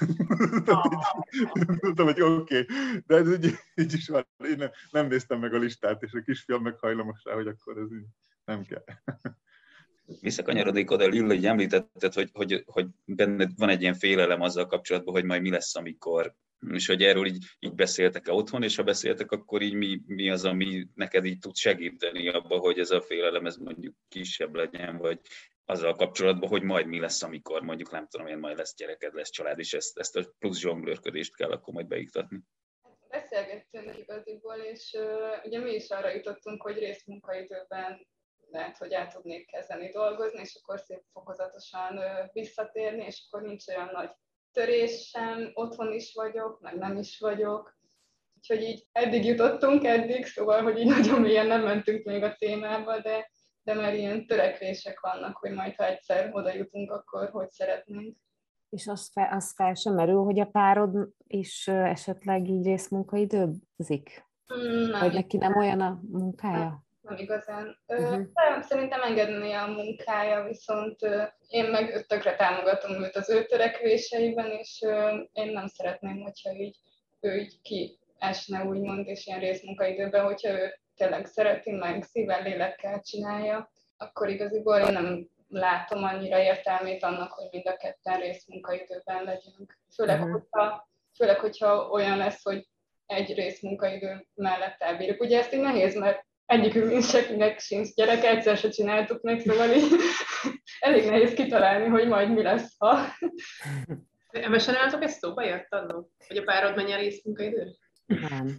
Mondtam, hogy oké. De ez így is van, én nem néztem meg a listát, és a kisfiam meg hajlamos rá, hogy akkor ez így nem kell. Visszakanyarodik oda, Lilla, hogy említetted, hogy benned van egy ilyen félelem azzal kapcsolatban, hogy majd mi lesz, amikor, és hogy erről így beszéltek-e otthon, és ha beszéltek, akkor így mi az, ami neked így tud segíteni abban, hogy ez a félelem, ez mondjuk kisebb legyen, vagy azzal kapcsolatban, hogy majd mi lesz, amikor mondjuk nem tudom én, majd lesz gyereked, lesz család, és ezt a plusz zsonglőrködést kell akkor majd beiktatni. Beszélgettünk igaziból, és ugye mi is arra jutottunk, hogy részmunkaidőben lehet, hogy el tudnék kezdeni dolgozni, és akkor szép fokozatosan visszatérni, és akkor nincs olyan nagy törés sem, otthon is vagyok, meg nem is vagyok. Úgyhogy így eddig jutottunk, szóval, hogy így nagyon mélyen nem mentünk még a témába, de már ilyen törekvések vannak, hogy majd ha egyszer oda jutunk, akkor hogy szeretnénk. És az fel sem merül, hogy a párod is esetleg így részmunkaidőzik? Vagy neki nem olyan a munkája? Nem igazán. Szerintem engedni a munkája, viszont én meg tökre támogatom őt az ő törekvéseiben, és én nem szeretném, hogyha ő így kiesne, úgymond, és ilyen részmunkaidőben, hogyha ő tényleg szereti, meg szívvel, lélekkel csinálja, akkor igaziból én nem látom annyira értelmét annak, hogy mind a ketten részmunkaidőben legyünk. Főleg, hogyha olyan lesz, hogy egy részmunkaidő mellett elbírjuk. Ugye ezt így nehéz, mert egyikünk senkinek sincs gyerek, egyszer se csináltuk meg, szóval így elég nehéz kitalálni, hogy majd mi lesz, ha... Ebben se nálatok ezt szóba jött annól, hogy a párod menjen részmunkaidőre? Nem.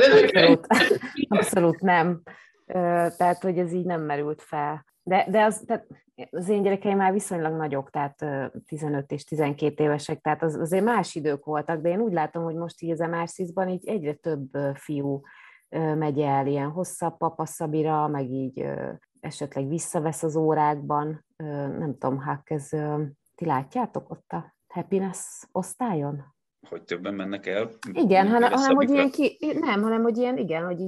Abszolút nem. Tehát, hogy ez így nem merült fel. De az én gyerekeim már viszonylag nagyok, tehát 15 és 12 évesek, tehát azért más idők voltak, de én úgy látom, hogy most így az MR-SZIS-ban így egyre több fiú megy el ilyen hosszabb papaszabira, meg így esetleg visszavesz az órákban. Nem tudom, ti látjátok ott a happiness osztályon? Hogy többen mennek el? Igen, hanem hogy ilyen, hogy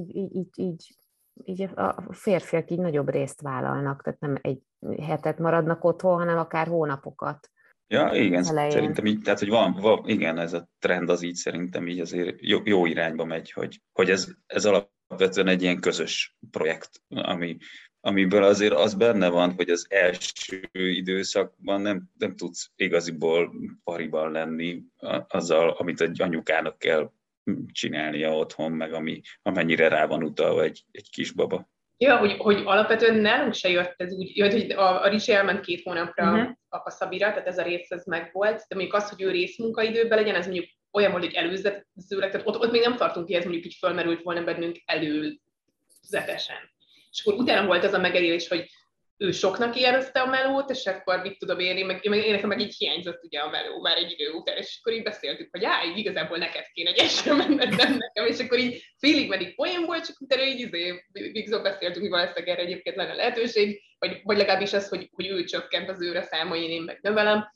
így a férfiak így nagyobb részt vállalnak, tehát nem egy hetet maradnak otthon, hanem akár hónapokat. Ja, igen, szerintem így, tehát, hogy van, igen, ez a trend az így szerintem így azért jó irányba megy, hogy ez alapvetően egy ilyen közös projekt, amiből azért az benne van, hogy az első időszakban nem tudsz igaziból pariban lenni azzal, amit egy anyukának kell csinálnia otthon, meg amennyire rá van utalva egy kisbaba. Ja, hogy alapvetően nálunk se jött ez úgy, hogy a Ricsi elment 2 hónapra papaszabira, tehát ez a rész ez megvolt, de mondjuk az, hogy ő részmunkaidőben legyen, ez mondjuk olyan volt, hogy előzetőleg, tehát ott még nem tartunk ki, ez mondjuk így fölmerült volna bennünk előzetesen. És akkor utána volt az a megerélés, hogy ő soknak érezte a melót, és akkor mit tudom én nekem meg így hiányzott ugye a meló már egy idő után, és akkor így beszéltük, hogy így igazából neked kéne egyesre menned, nem nekem, és akkor így félig meddig poén volt, csak utána így végzőbb beszéltünk, mi valószínűleg erre egyébként lenne lehetőség, vagy legalábbis az, hogy ő csökkent az őre számai, én meg növelem,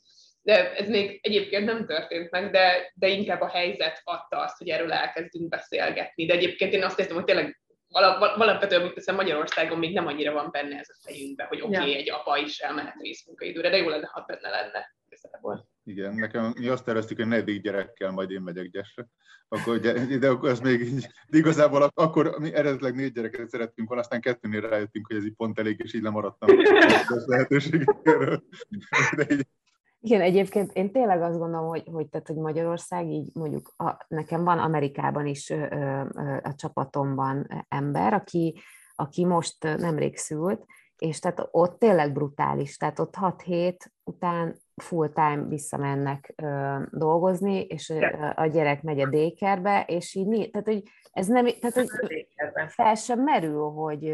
de ez még egyébként nem történt meg, de inkább a helyzet adta azt, hogy erről elkezdünk beszélgetni. De egyébként én azt hiszem, hogy tényleg alapvetően Magyarországon még nem annyira van benne ez a fejünkben, hogy oké, egy apa is elmehet részmunkaidőre, de jó lenne, ha benne lenne. Igen, nekem mi azt terveztük, hogy 4. gyerekkel majd én megyek Gyesre. De akkor ez még így, de igazából akkor mi eredetileg 4 gyereket szerettünk volna, aztán 2-nél rájöttünk, hogy ez így pont elég, és így lemaradtam a lehetőségekről. Igen, egyébként én tényleg azt gondolom, hogy Magyarország így mondjuk, nekem van Amerikában is a csapatomban ember, aki most nemrég szült, és tehát ott tényleg brutális, tehát ott 6 hét után full time visszamennek dolgozni, és a gyerek megy a daycare-be, és így tehát, hogy ez nem, tehát, hogy fel sem merül, hogy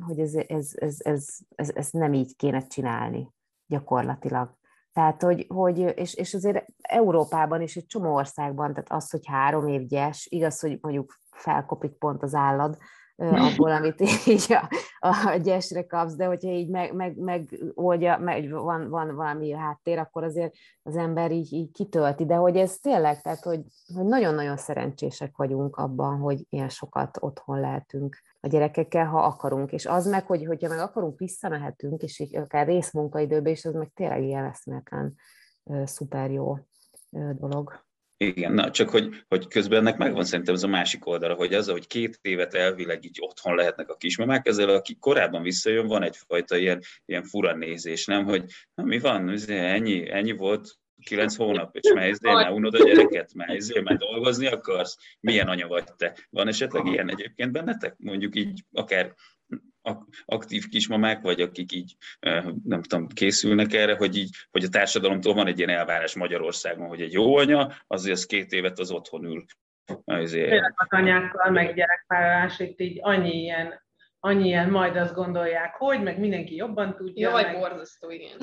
ez nem így kéne csinálni gyakorlatilag. Tehát, és azért Európában is egy csomó országban, tehát az, hogy 3 év gyes, igaz, hogy mondjuk felkopik pont az állad abból, amit így a gyesre kapsz, de hogyha így megoldja, van valami háttér, akkor azért az ember így kitölti, de hogy ez tényleg, tehát, hogy nagyon-nagyon szerencsések vagyunk abban, hogy ilyen sokat otthon lehetünk a gyerekekkel, ha akarunk, és az meg, hogyha meg akarunk, visszamehetünk, és így akár részmunkaidőbe is, az meg tényleg ilyen eszméletlen szuper jó dolog. Igen, na csak hogy közben ennek megvan szerintem ez a másik oldala, hogy az, hogy 2 évet elvileg így otthon lehetnek a kismamák, ezzel aki korábban visszajön, van egyfajta ilyen fura nézés, nem, hogy na, mi van, ennyi volt 9 hónap, és már unod a gyereket, már dolgozni akarsz, milyen anya vagy te? Van esetleg ilyen egyébként bennetek? Mondjuk így akár aktív kismamák, vagy akik így, nem tudom, készülnek erre, hogy a társadalomtól van egy ilyen elvárás Magyarországon, hogy egy jó anya, azért az 2 évet az otthon ül. Tényleg az anyákkal, meg gyerekvállalás, itt így annyi ilyen majd azt gondolják, hogy, meg mindenki jobban tudja. Jó, vagy borzasztó, igen.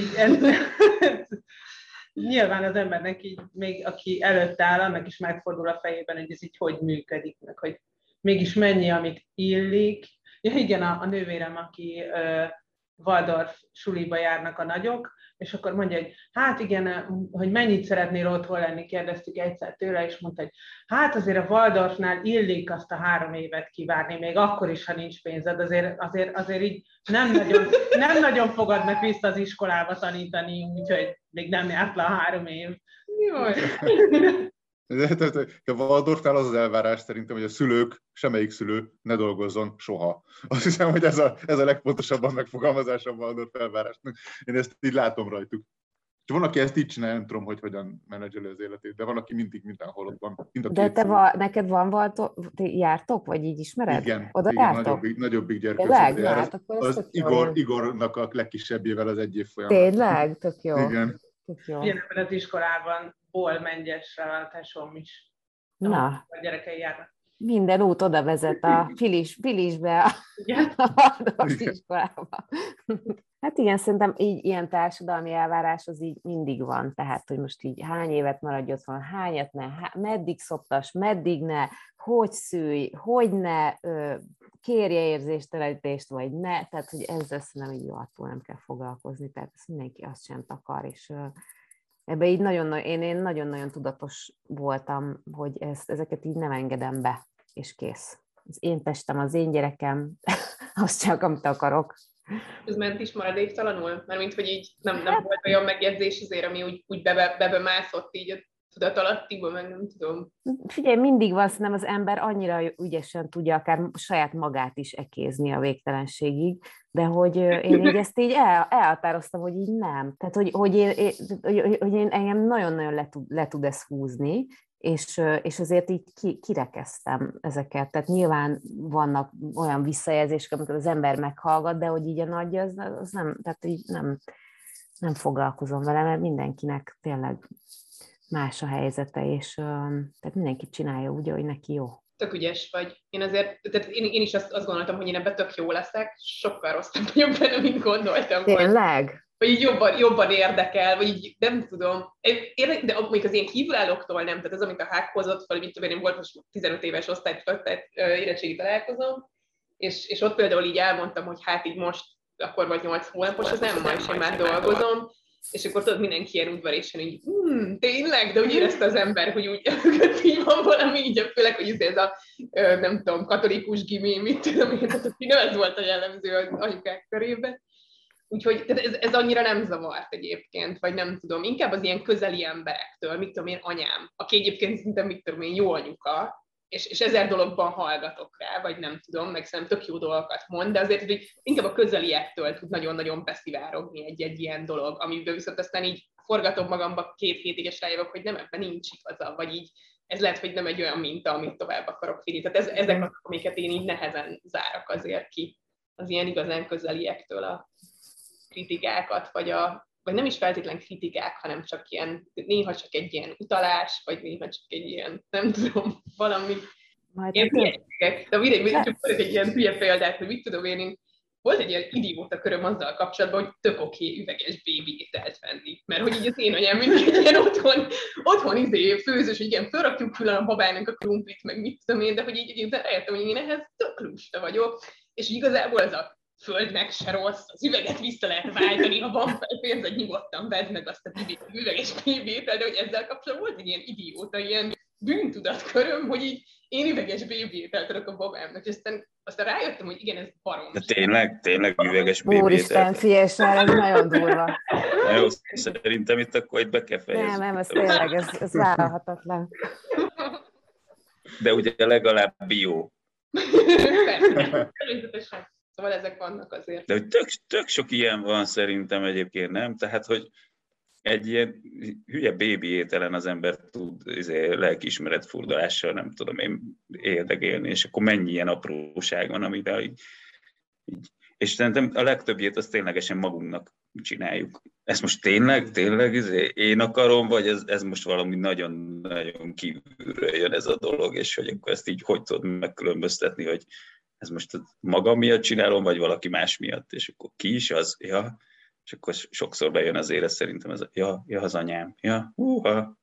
Nyilván az embernek így, még aki előtt áll, annak is megfordul a fejében, hogy ez így hogy működik, meg hogy mégis mennyi, amit illik. Ja, igen, a nővérem, aki Waldorf suliba járnak a nagyok, és akkor mondja, hogy hát igen, hogy mennyit szeretnél otthon lenni, kérdeztük egyszer tőle, és mondta, hogy hát azért a Waldorfnál illik azt a 3 évet kivárni, még akkor is, ha nincs pénzed, azért így nem nagyon fogadnak vissza az iskolába tanítani, úgyhogy még nem járt le a 3 év. Jaj. De a Waldorfnál az elvárás szerintem, hogy a szülők, semmelyik szülő ne dolgozzon soha. Azt hiszem, hogy ez a legpontosabban megfogalmazása a Waldorf elvárásnak. Én ezt így látom rajtuk. És van, aki ezt így csinál, nem tudom, hogy hogyan menedzseli az életét, de van, aki mindig mindenhol ott van. De neked van Waldorf, jártok, vagy így ismered? Igen, oda igen, jártok? nagyobbik gyerkőcök. Hát az Igornak a legkisebbjével az 1 év folyamán. Tényleg? Tök jó. Igen. Ugyanebben az iskolában Ból Mengyesre a tesóm is. Na. A gyerekei járnak. Minden út oda vezet a Pilisbe, a Waldorf iskolába. Hát igen, szerintem így ilyen társadalmi elvárás az így mindig van. Tehát, hogy most így hány évet maradj otthon, hányat ne, meddig szoptas, meddig ne, hogy szülj, hogy ne, kérje érzéstelenítést, vagy ne. Tehát, hogy ezzel szerintem így jóattól nem kell foglalkozni. Tehát ezt mindenki azt sem akar, és ebben így én nagyon-nagyon tudatos voltam, hogy ezeket így nem engedem be, és kész. Az én testem, az én gyerekem, azt csak, amit akarok. Ez ment is maradéktalanul? Mármint, hogy így nem volt olyan megjegyzés azért, ami úgy bebemászott így a tudatalattiba, meg nem tudom. Figyelj, mindig van, szerintem az ember annyira ügyesen tudja akár saját magát is ekézni a végtelenségig, de hogy én így ezt így elhatároztam, hogy így nem. Tehát, hogy én engem nagyon-nagyon le tud ezt húzni, és azért így kirekeztem ezeket. Tehát nyilván vannak olyan visszajelzések, amikor az ember meghallgat, de hogy így a nagy, az nem, tehát így nem foglalkozom vele, mert mindenkinek tényleg más a helyzete, és tehát mindenki csinálja úgy, hogy neki jó. Tök ügyes vagy. Tehát én is azt gondoltam, hogy én ebben tök jó leszek, sokkal rosszabb vagyok benne, mint gondoltam. Tényleg? Vagy így jobban érdekel, vagy így nem tudom. De mondjuk az én kívülállóktól nem, tehát az, amit a Hák hozott fel, mint tudom én volt most 15 éves érettségi találkozom, és ott például így elmondtam, hogy hát így most akkor vagy 8 hónapos, az nem majd sem már dolgozom, és akkor tudod, mindenki ilyen udvarésen így, tényleg, de úgy érezte az ember, hogy úgy így van valami, így főleg, hogy ez a, nem tudom, katolikus gimi, mit tudom én, tehát nem ez volt a jellemző az anyukák körében. Úgyhogy ez annyira nem zavart egyébként, vagy nem tudom, inkább az ilyen közeli emberektől, mit tudom én, anyám, aki egyébként szinte, mit tudom én, jó anyuka, és 1000 dologban hallgatok rá, vagy nem tudom, meg szerintem tök jó dolgokat mond, de azért hogy inkább a közeliektől tud nagyon-nagyon beszivárogni egy ilyen dolog, amiben viszont aztán így forgatom magamba 2 hétig, és rájövök, hogy nem, ebben nincs igaza, vagy így ez lehet, hogy nem egy olyan minta, amit tovább akarok vinni. Tehát ezek azok, amiket én így nehezen zárak azért ki az ilyen igazán közeliektől a kritikákat, vagy nem is feltétlen kritikák, hanem csak ilyen, néha csak egy ilyen utalás, vagy néha csak egy ilyen, nem tudom, valami ilyen hülyeségek. De mindegy, csak egy ilyen hülye példát, hogy mit tudom én volt egy ilyen idióta köröm azzal kapcsolatban, hogy tök oké üveges bébi ételt venni. Mert hogy így az én anyám mindig egy ilyen otthon főzős, hogy igen, felrakjuk külön a babának a krumplit, meg mit tudom én, de hogy így rájöttem, hogy én ehhez tök lusta vagyok, és igazából ez a földnek se rossz, az üveget vissza lehet váltani, ha van pénzed, nyugodtan vedd meg azt a üveges bébiételt, de hogy ezzel kapcsolatban volt egy ilyen idióta, ilyen bűntudatköröm, hogy így én üveges bébiételt adok a babámnak, és aztán rájöttem, hogy igen, ez baromság. De tényleg üveges bébiételt. Úristen, figyelj, ez nagyon durva. Jó, szerintem itt akkor egy be kell fejezni. Nem, ez tényleg, ez vállalhatatlan. De ugye legalább bio. Természetesen. Szóval ezek vannak azért. De hogy tök sok ilyen van szerintem egyébként, nem? Tehát, hogy egy ilyen hülye bébi ételen az ember tud lelkiismeretfurdalással, nem tudom én, érdegélni, és akkor mennyi ilyen apróság van, amivel így. És szerintem a legtöbbjét azt ténylegesen magunknak csináljuk. Ez most tényleg én akarom, vagy ez most valami nagyon-nagyon kívülről jön ez a dolog, és hogy akkor ezt így hogy tudod megkülönböztetni, hogy ez most magam miatt csinálom, vagy valaki más miatt, és akkor ki is az, ja, és akkor sokszor bejön az élet szerintem, ez az anyám, húha.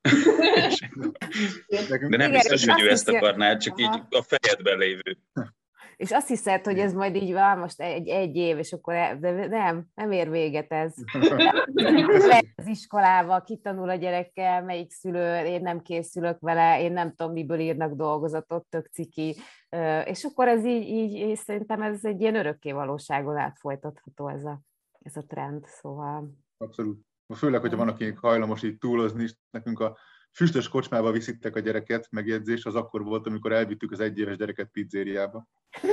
De nem biztos, hogy ő ezt akarná, csak így a fejedben lévő. És azt hiszed, hogy ez majd így van, most egy év, és akkor de nem ér véget ez. Az iskolába, kitanul a gyerekkel, melyik szülő, én nem készülök vele, én nem tudom, miből írnak dolgozatot, tök ciki. És akkor ez így szerintem ez egy ilyen örökké valóságon át folytatható ez a trend, szóval. Abszolút. Főleg, hogyha van, akinek hajlamos így túlozni, és nekünk a füstös kocsmába viszittek a gyereket, megjegyzés, az akkor volt, amikor elvittük az 1 éves gyereket pizzériába.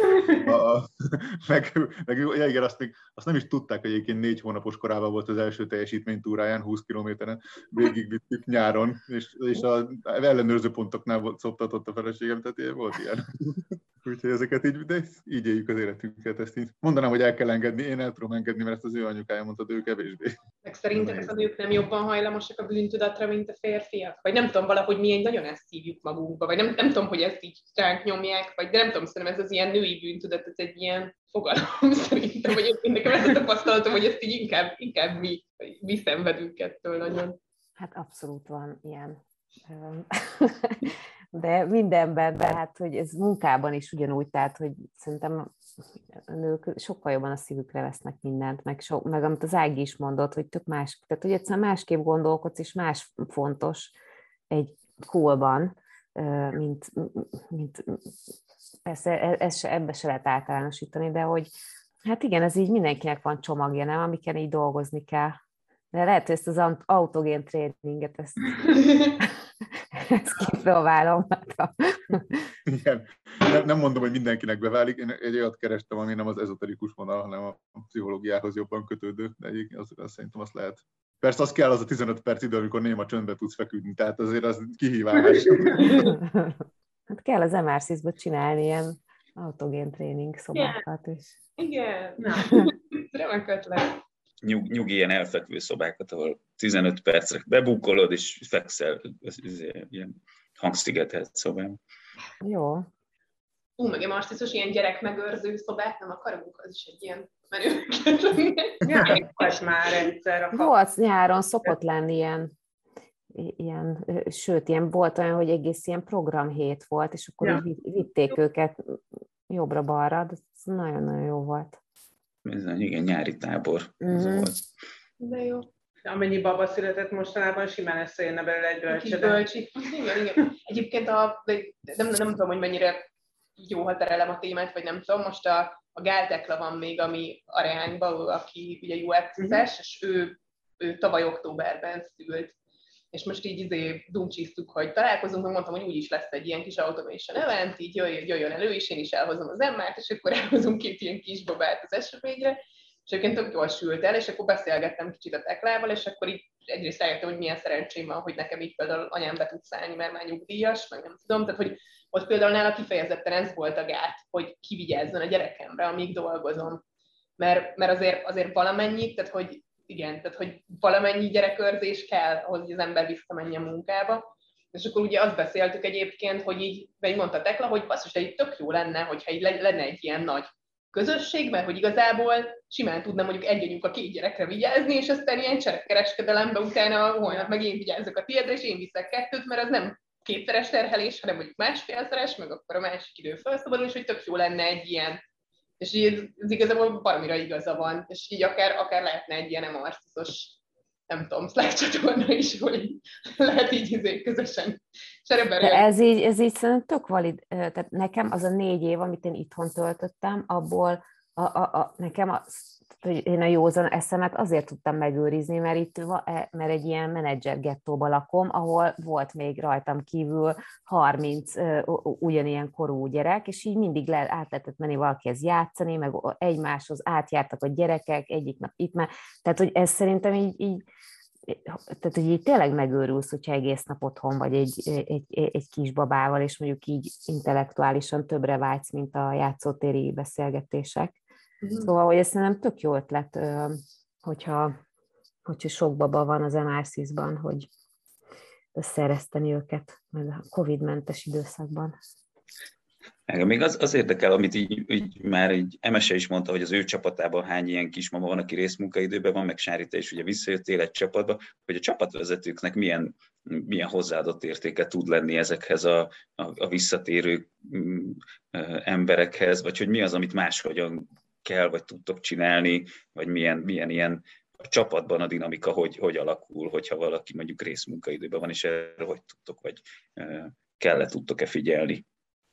Igen, azt nem is tudták, hogy egyébként 4 hónapos korában volt az első teljesítménytúráján, 20 kilométeren, végigvittük nyáron, és az ellenőrző pontoknál szoptatott a feleségem, tehát volt ilyen. Úgyhogy ezeket így éljük az életünket. Ezt így mondanám, hogy el kell engedni, én el tudom engedni, mert ezt az ő anyukája mondta, de ő kevésbé. Meg szerintetek a nők nem jobban hajlamosak a bűntudatra, mint a férfiak? Vagy nem tudom, valahogy mi egy nagyon ezt szívjuk magunkba, vagy nem tudom, hogy ezt így ránk nyomják, vagy de nem tudom, szerintem ez az ilyen női bűntudat, ez egy ilyen fogalom szerintem, vagy én nekem ezt a tapasztalatom, hogy ezt így inkább mi szenvedünk ettől nagyon. Hát abszolút van ilyen. De mindenben, de hát, hogy ez munkában is ugyanúgy, tehát, hogy szerintem a nők sokkal jobban a szívükre vesznek mindent, meg amit az Ági is mondott, hogy tök más, tehát, hogy egyszerűen másképp gondolkodsz, és más fontos egy callban, mint persze ebbe se lehet általánosítani, de hogy hát igen, ez így mindenkinek van csomagja, nem, amiken így dolgozni kell. De lehet, hogy ezt az autogén tréninget, ezt kipróbálom. Igen. Nem mondom, hogy mindenkinek beválik. Én egy olyat kerestem, ami nem az ezoterikus vonal, hanem a pszichológiához jobban kötődő, de az szerintem azt lehet. Persze az kell az a 15 perc idő, amikor néma csöndbe tudsz feküdni, tehát azért az kihívás. Hát kell az MRCS-ből csinálni ilyen autogén tréning szobákat is. Igen, remek ötlet. Nyugi ilyen elfekvő szobákat, ahol 15 percre bebukkolod, és fekszel ilyen hangszigetelt szobán. Jó. Meg én marciszos ilyen gyerekmegőrző szobát nem akarunk, az is egy ilyen menő. Volt már egyszer. Volt nyáron, szokott lenni ilyen, sőt, ilyen volt olyan, hogy egész ilyen programhét volt, és akkor vitték őket jobbra-balra, de ez nagyon-nagyon jó volt. Igen, nyári tábor. De jó. Amennyi baba született mostanában, simán összejönne belőle egy bölcsöde. Igen. Egyébként nem tudom, hogy mennyire jó, ha terelem a témát, vagy nem tudom, most a Gál Tekla van még, ami Areányban, aki ugye UX-es, és ő tavaly októberben szült. És most így dumcsiztuk, hogy találkozunk, meg mondtam, hogy úgyis lesz egy ilyen kis automation event, így jöjjön elő is, én is elhozom az Emmát, és akkor elhozunk 2 ilyen kis babát az eseményre. És egyébként tök jól sült el, és akkor beszélgettem kicsit a Teklával, és akkor így egyrészt rájöttem, hogy milyen szerencsém van, hogy nekem így például anyám be tud szállni, mert már nyugdíjas, meg nem tudom, tehát hogy ott például nála kifejezetten ez volt a gát, hogy kivigyázzon a gyerekemre, amíg dolgozom. Mert azért valamennyit, tehát hogy valamennyi gyerekőrzés kell, ahhoz, hogy az ember visszamenjen munkába. És akkor ugye azt beszéltük egyébként, hogy így mondta Tekla, hogy basszus, de így tök jó lenne, hogyha így lenne egy ilyen nagy közösség, mert hogy igazából simán tudna mondjuk egy anyuka 2 gyerekre vigyázni, és aztán ilyen cserekereskedelembe utána holnap meg én vigyázzak a tiédre, és én viszek 2, mert az nem 2-szeres terhelés, hanem mondjuk 1,5-szeres, meg akkor a másik idő felszabadul, és hogy tök jó lenne egy ilyen. És így ez igazából valamira igaza van, és így akár lehetne egy ilyen emarszos, nem tudom, Slack csatorna is, hogy lehet így közösen sereberélni. Ez így szerintem tök valid. Tehát nekem az a 4 év, amit én itthon töltöttem, abból nekem én a józan eszemet azért tudtam megőrizni, mert egy ilyen menedzser gettóba lakom, ahol volt még rajtam kívül 30 ugyanilyen korú gyerek, és így mindig át lehetett menni valakihez játszani, meg egymáshoz átjártak a gyerekek, egyik nap itt már. Tehát, hogy ez szerintem így tehát, hogy így tényleg megőrülsz, hogyha egész nap otthon vagy egy kisbabával, és mondjuk így intellektuálisan többre vágysz, mint a játszótéri beszélgetések. Szóval, hogy ez szerintem tök jó ötlet, hogyha sok baba van az MRCIS-ban, hogy összeereszteni őket, meg a Covid-mentes időszakban. Engem még az érdekel, amit így már így Emese is mondta, hogy az ő csapatában hány ilyen kismama van, aki részmunkaidőben van, meg Sári, te is ugye visszajöttél egy csapatba, hogy a csapatvezetőknek milyen hozzáadott értéke tud lenni ezekhez a visszatérő emberekhez, vagy hogy mi az, amit máshogyan kell, vagy tudtok csinálni, vagy milyen ilyen a csapatban a dinamika, hogy alakul, hogyha valaki mondjuk részmunkaidőben van, és erre hogy tudtok, vagy tudtok-e figyelni?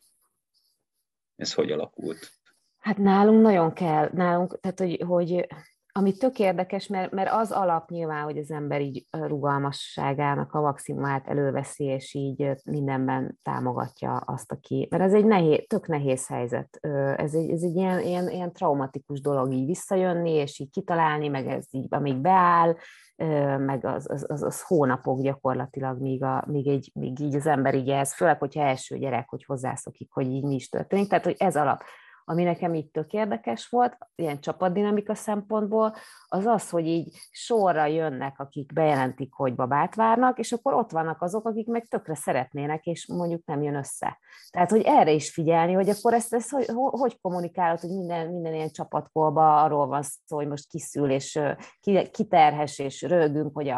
Ez hogy alakult? Hát nálunk nagyon kell, tehát hogy ami tök érdekes, mert az alap nyilván, hogy az ember így rugalmasságának a maximumát előveszi, és így mindenben támogatja azt, aki... Mert ez egy tök nehéz helyzet. Ez egy ilyen traumatikus dolog így visszajönni, és így kitalálni, meg ez így, amíg beáll, meg az hónapok gyakorlatilag, míg így az ember így ehhez, főleg, hogyha első gyerek, hogy hozzászokik, hogy így mi is történik. Tehát, hogy ez alap. Ami nekem így tök érdekes volt, ilyen csapatdinamika szempontból, az, hogy így sorra jönnek, akik bejelentik, hogy babát várnak, és akkor ott vannak azok, akik meg tökre szeretnének, és mondjuk nem jön össze. Tehát, hogy erre is figyelni, hogy akkor ezt hogy kommunikálod, hogy minden ilyen csapatkolba arról van szó, hogy most kiszül, és kiterhes, és röhögünk, hogy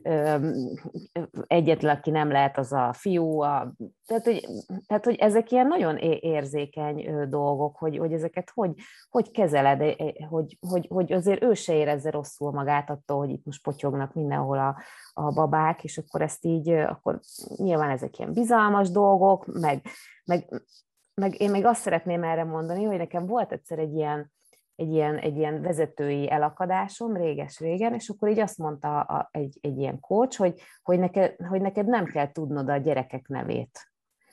egyetlen, aki nem lehet, az a fiú. Tehát, hogy ezek ilyen nagyon érzékeny dolgok, hogy ezeket hogy kezeled, hogy azért ő se érezze rosszul magát attól, hogy itt most potyognak mindenhol a babák, és akkor ezt így, akkor nyilván ezek ilyen bizalmas dolgok, meg én még azt szeretném erre mondani, hogy nekem volt egyszer egy ilyen vezetői elakadásom régen, és akkor így azt mondta egy ilyen coach, hogy neked nem kell tudnod a gyerekek nevét.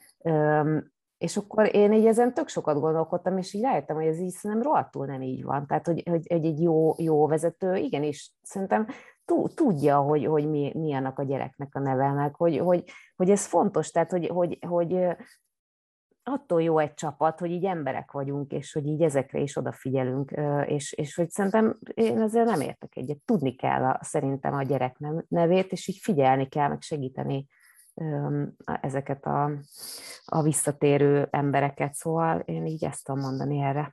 És akkor én így ezen tök sokat gondolkodtam, és így rájöttem, hogy ez így szerintem rohadtul nem így van. Tehát, hogy egy jó vezető igenis szerintem tudja, hogy mi annak a gyereknek a neve, meg hogy ez fontos, tehát, hogy attól jó egy csapat, hogy így emberek vagyunk, és hogy így ezekre is odafigyelünk, és hogy szerintem én ezzel nem értek egyet. Tudni kell szerintem a gyerek nevét, és így figyelni kell, meg segíteni ezeket a visszatérő embereket, szóval én így ezt tudom mondani erre.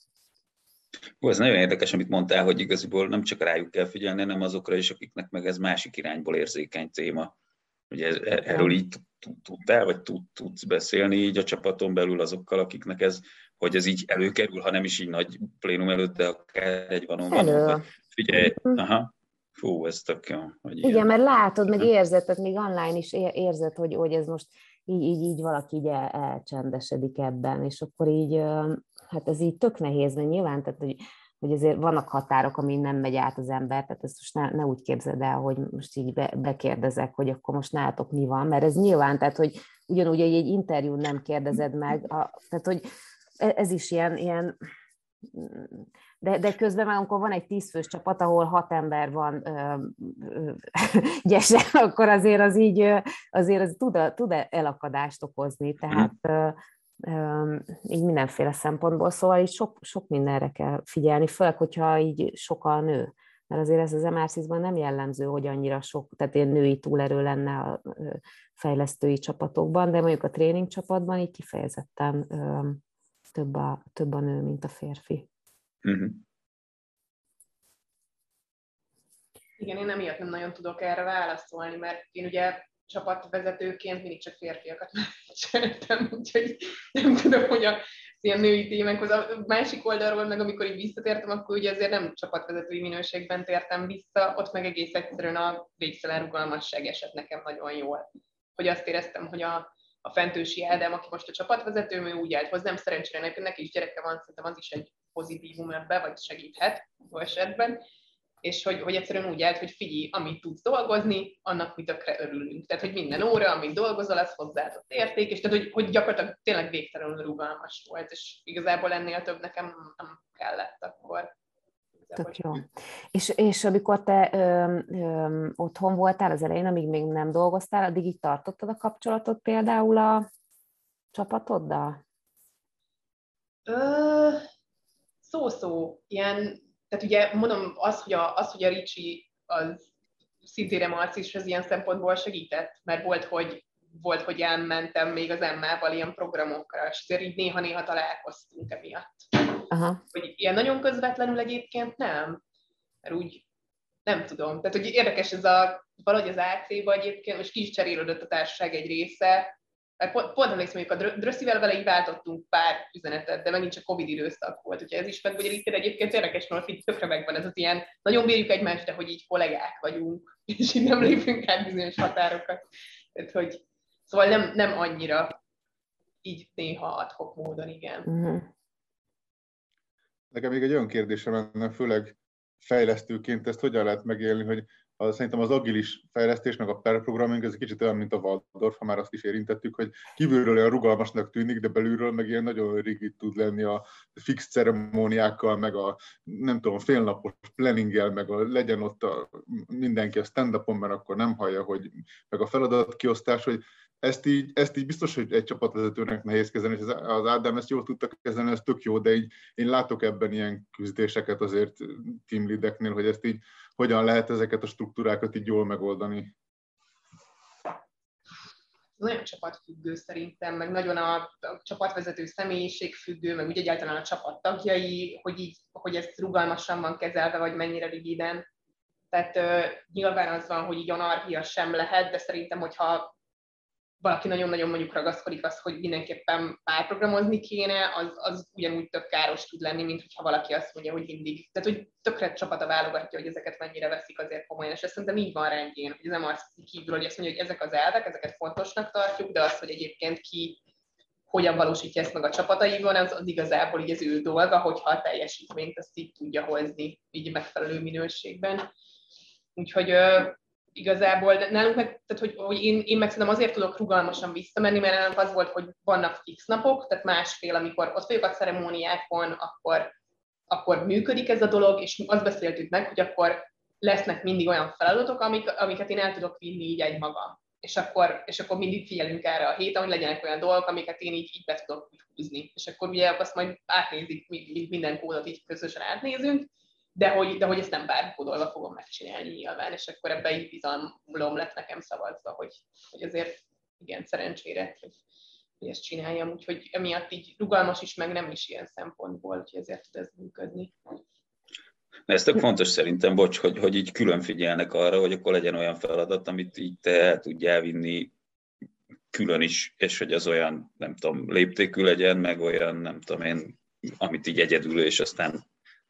Ez nagyon érdekes, amit mondtál, hogy igaziból nem csak rájuk kell figyelni, hanem azokra is, akiknek meg ez másik irányból érzékeny téma. Ugye erről így tudtál, vagy tudsz beszélni így a csapaton belül azokkal, akiknek hogy ez így előkerül, ha nem is így nagy plénum előtt, de akár egy van. Figyelj, aha. Fú, ez tök jó. Igen, mert látod, meg érzed, tehát még online is érzed, hogy ez most így valaki így elcsendesedik ebben, és akkor így, hát ez így tök nehéz, mert nyilván, tehát, hogy azért vannak határok, amin nem megy át az ember, tehát ezt most ne úgy képzeld el, hogy most így bekérdezek, hogy akkor most nálatok mi van, mert ez nyilván, tehát, hogy ugyanúgy egy interjún nem kérdezed meg, tehát, hogy ez is ilyen de közben már, amikor van egy 10 fős csapat, ahol 6 ember van gyesen, akkor azért az tud elakadást okozni, tehát így mindenféle szempontból, szóval így sok mindenre kell figyelni, főleg, hogyha így sok a nő, mert azért ez az MRC-ban nem jellemző, hogy annyira sok, tehát ilyen női túlerő lenne a fejlesztői csapatokban, de mondjuk a tréning csapatban így kifejezetten több a nő, mint a férfi. Uh-huh. Igen, én emiatt nem nagyon tudok erre válaszolni, mert én ugye csapatvezetőként mindig csak férfiakat csináltam, úgyhogy nem tudom, hogy az ilyen női témákhoz. A másik oldalról meg, amikor így visszatértem, akkor ugye azért nem csapatvezetői minőségben tértem vissza, ott meg egész egyszerűen a végtelen rugalmasság esett nekem nagyon jól. Hogy azt éreztem, hogy a Fentősi Ádám, aki most a csapatvezetőm, ő úgy állt hozzám, szerencsére neki is gyereke van, szerintem az is egy pozitívum ebbe, vagy segíthet jó esetben, és hogy egyszerűen úgy állt, hogy figyelj, amit tudsz dolgozni, annak mi tökre örülünk. Tehát, hogy minden óra, amit dolgozol, az hozzáadott érték, és tehát, hogy gyakorlatilag tényleg végtelenül rugalmas volt, és igazából ennél több nekem nem kellett akkor. Tök jó. És amikor te otthon voltál az elején, amíg még nem dolgoztál, addig így tartottad a kapcsolatot például a csapatoddal? Szó-szó. Ilyen, tehát ugye mondom, az, hogy a Ricsi az szintén Marcis az ilyen szempontból segített, mert volt, hogy elmentem még az Emmával ilyen programokra, és azért így néha-néha találkoztunk emiatt. Aha. Hogy ilyen nagyon közvetlenül egyébként nem, mert úgy nem tudom. Tehát, hogy érdekes ez valahogy az AC-ba egyébként, most ki is cserélődött a társaság egy része, mert pont emlékszem, hogy a Drösszivel vele így váltottunk pár üzenetet, de megint csak Covid időszak volt, úgyhogy ez is megbonyolítja, de egyébként érdekes, mert így tökre megvan ez az ilyen, nagyon bírjuk egymást, de hogy így kollégák vagyunk, és így nem lépünk át bizonyos határokat. Tehát, hogy szóval nem annyira így néha ad-hoc módon, igen. Uh-huh. Nekem még egy olyan kérdésem lenne, főleg fejlesztőként ezt hogyan lehet megélni, hogy szerintem az agilis fejlesztés, meg a pair programming, ez egy kicsit olyan, mint a Waldorf, ha már azt is érintettük, hogy kívülről olyan rugalmasnak tűnik, de belülről meg ilyen nagyon rigid tud lenni a fix ceremóniákkal, meg a nem tudom, félnapos planninggel, meg legyen ott mindenki a stand-upon, mert akkor nem hallja, hogy meg a feladatkiosztás, hogy ezt így biztos, hogy egy csapatvezetőnek nehéz kezelni, és az Ádám ezt jól tudta kezelni, ez tök jó, de így én látok ebben ilyen küzdéseket azért team leadeknél, hogy ezt így hogyan lehet ezeket a struktúrákat így jól megoldani. Nagyon csapatfüggő szerintem, meg nagyon a csapatvezető személyiségfüggő, meg úgy egyáltalán a csapat tagjai, hogy ez rugalmasan van kezelve, vagy mennyire rigiden. Tehát nyilván az van, hogy így anarchia sem lehet, de szerintem, hogyha valaki nagyon-nagyon mondjuk ragaszkodik az, hogy mindenképpen párprogramozni kéne, az ugyanúgy tök káros tud lenni, mint hogyha valaki azt mondja, hogy mindig. Tehát, hogy tökre csapata válogatja, hogy ezeket mennyire veszik azért komolyan, és ezt szerintem így van rendjén, hogy ez nem az kívül, hogy azt mondja, hogy ezek az elvek, ezeket fontosnak tartjuk, de az, hogy egyébként ki hogyan valósítja ezt meg a csapataiban, az igazából így az ő dolga, hogyha a teljesítményt azt így tudja hozni, így megfelelő minőségben. Úgyhogy igazából nálunk meg, tehát hogy én meg szerintem azért tudok rugalmasan visszamenni, mert nálunk az volt, hogy vannak fix napok, tehát másfél, amikor ott vagyok a ceremóniákon, akkor működik ez a dolog, és azt beszéltük meg, hogy akkor lesznek mindig olyan feladatok, amiket én el tudok vinni így egymagam. És akkor mindig figyelünk erre a héten, hogy legyenek olyan dolgok, amiket én így be tudok húzni. És akkor ugye azt majd átnézik, minden kódot így közösen átnézünk, de hogy ezt nem bárkódolva fogom megcsinálni nyilván, és akkor ebben így bizalom lett nekem szavazva, hogy azért igen, szerencsére, hogy ezt csináljam, úgyhogy emiatt így rugalmas is, meg nem is ilyen szempontból, úgyhogy ezért tud ez működni. Ez tök fontos szerintem, bocs, hogy így külön figyelnek arra, hogy akkor legyen olyan feladat, amit így te el tudjál vinni külön is, és hogy az olyan, nem tudom, léptékű legyen, meg olyan, nem tudom én, amit így egyedül, és aztán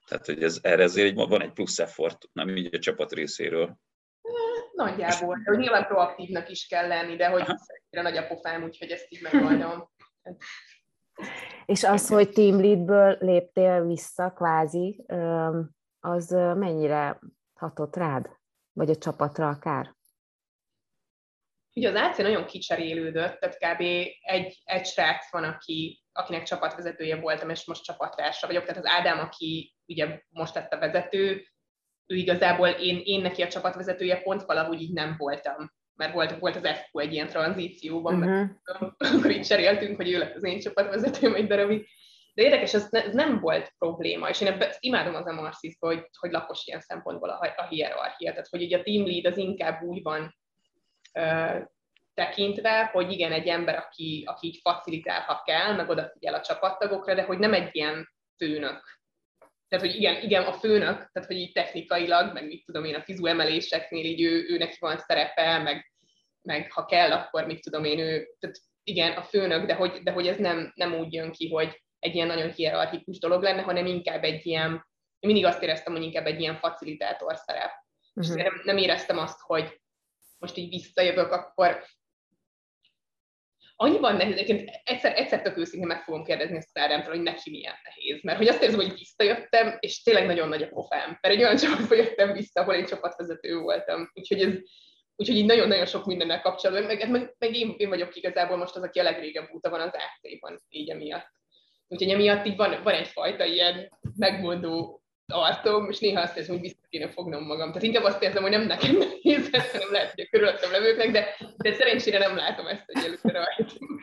Tehát, hogy erre azért van egy plusz effort, nem így a csapat részéről. Nagyjából. De hogy nyilván proaktívnak is kell lenni, de hogy szerintem nagy a pofám, úgyhogy ezt így megoldom. És az, hogy team leadből léptél vissza kvázi, az mennyire hatott rád? Vagy a csapatra akár? Ugye az AC nagyon kicserélődött, tehát kb. egy srác van, akinek csapatvezetője voltam, és most csapattársa vagyok. Tehát az Ádám, aki ugye most lett a vezető, ő igazából én neki a csapatvezetője pont valahogy így nem voltam. Mert volt az FQ egy ilyen tranzícióban, akkor így cseréltünk, hogy ő lett az én csapatvezetőm egy darabig. De érdekes, ez nem volt probléma, és én imádom az MRC-t, hogy lapos ilyen szempontból a hierarchia. Tehát, hogy ugye a team lead az inkább úgy van tekintve, hogy igen, egy ember, aki így facilitál, ha kell, meg odafigyel a csapattagokra, de hogy nem egy ilyen főnök. Tehát, hogy igen, a főnök, tehát, hogy így technikailag, meg mit tudom én, a fizu emeléseknél így ő neki van szerepe, meg ha kell, akkor mit tudom én, tehát igen, a főnök, de hogy ez nem úgy jön ki, hogy egy ilyen nagyon hierarchikus dolog lenne, hanem inkább egy ilyen, én mindig azt éreztem, hogy inkább egy ilyen facilitátor szerep. És nem éreztem azt, hogy most így visszajövök, akkor annyiban nehéz, egyébként egyszer tök őszintén meg fogom kérdezni ezt az Ádámtól, hogy neki milyen nehéz. Mert hogy azt érzem, hogy visszajöttem, és tényleg nagyon nagy a pofám. Mert egy olyan csapatba jöttem vissza, ahol én csapatvezető voltam. Úgyhogy így nagyon-nagyon sok mindennel kapcsolatban. Meg én vagyok igazából most az, aki a legrégebb óta van az AC-ban, így emiatt. Úgyhogy emiatt így van egyfajta ilyen megmondó arcom, és néha azt érzem, hogy vissza kéne fognom magam. Tehát inkább azt érzem, hogy nem nekem nehéz, hanem lehet, hogy a körülöttem levőknek, de szerencsére nem látom ezt egyelőre rajtunk.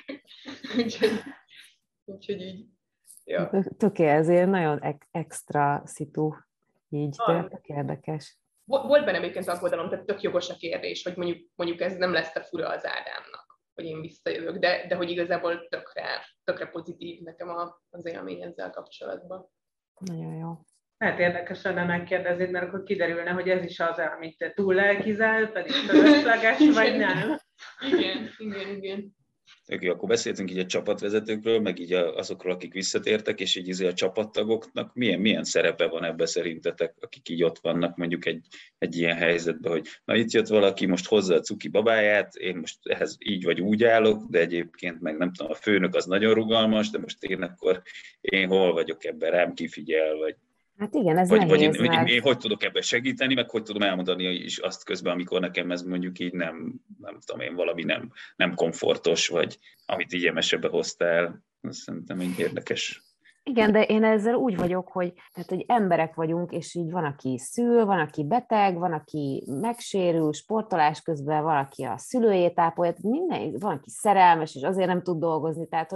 Úgyhogy így. Ja. Töké, ezért nagyon extra szitu így, de tök érdekes. Volt benne egyébként aggodalom, tehát tök jogos a kérdés, hogy mondjuk ez nem lesz a fura az Ádámnak, hogy én visszajövök, de hogy igazából tökre pozitív nekem az élmény ezzel kapcsolatban. Nagyon jó. Hát érdekes lenne megkérdezni, mert akkor kiderülne, hogy ez is az, amit te túl lelkizál, pedig fölösleges, vagy nem. Igen. Okay, akkor beszéltünk így a csapatvezetőkről, meg így azokról, akik visszatértek, és így a csapattagoknak milyen szerepe van ebben szerintetek, akik így ott vannak mondjuk egy ilyen helyzetben, hogy na itt jött valaki, most hozza a cuki babáját, én most ehhez így vagy úgy állok, de egyébként meg nem tudom, a főnök az nagyon rugalmas, de most én hol vagyok ebben, rám kifigyel, vagy... Hát igen, ez vagy nehéz. Én hogy tudok ebben segíteni, meg hogy tudom elmondani is azt közben, amikor nekem ez mondjuk így nem tudom én, valami nem komfortos, vagy amit így emesebbe hoztál, azt szerintem így érdekes. Igen, de én ezzel úgy vagyok, hogy emberek vagyunk, és így van, aki szül, van, aki beteg, van, aki megsérül, sportolás közben, van, aki a szülőjét ápolja, van, aki szerelmes, és azért nem tud dolgozni, tehát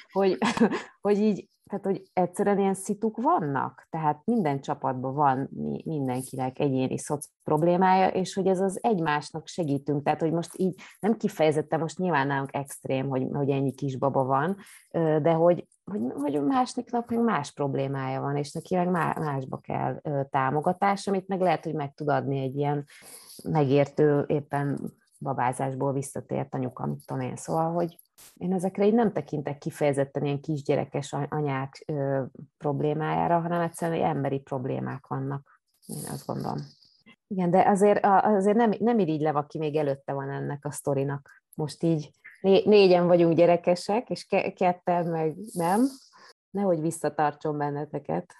hogy így, tehát, hogy egyszerűen ilyen szituk vannak, tehát minden csapatban van mindenkinek egyéni szoc problémája, és hogy ez az egymásnak segítünk, tehát, hogy most így nem kifejezetten, most nyilván nálunk extrém, hogy ennyi kisbaba van, de hogy másiknak más problémája van, és neki meg másba kell támogatás, amit meg lehet, hogy meg tud adni egy ilyen megértő, éppen babázásból visszatért anyuka, mit tudom én. Szóval, hogy én ezekre így nem tekintek kifejezetten ilyen kisgyerekes anyák problémájára, hanem egyszerűen emberi problémák vannak, én azt gondolom. Igen, de azért nem irigylem, aki még előtte van ennek a sztorinak. Most így négyen vagyunk gyerekesek, és ketten meg nem. Nehogy visszatartson benneteket.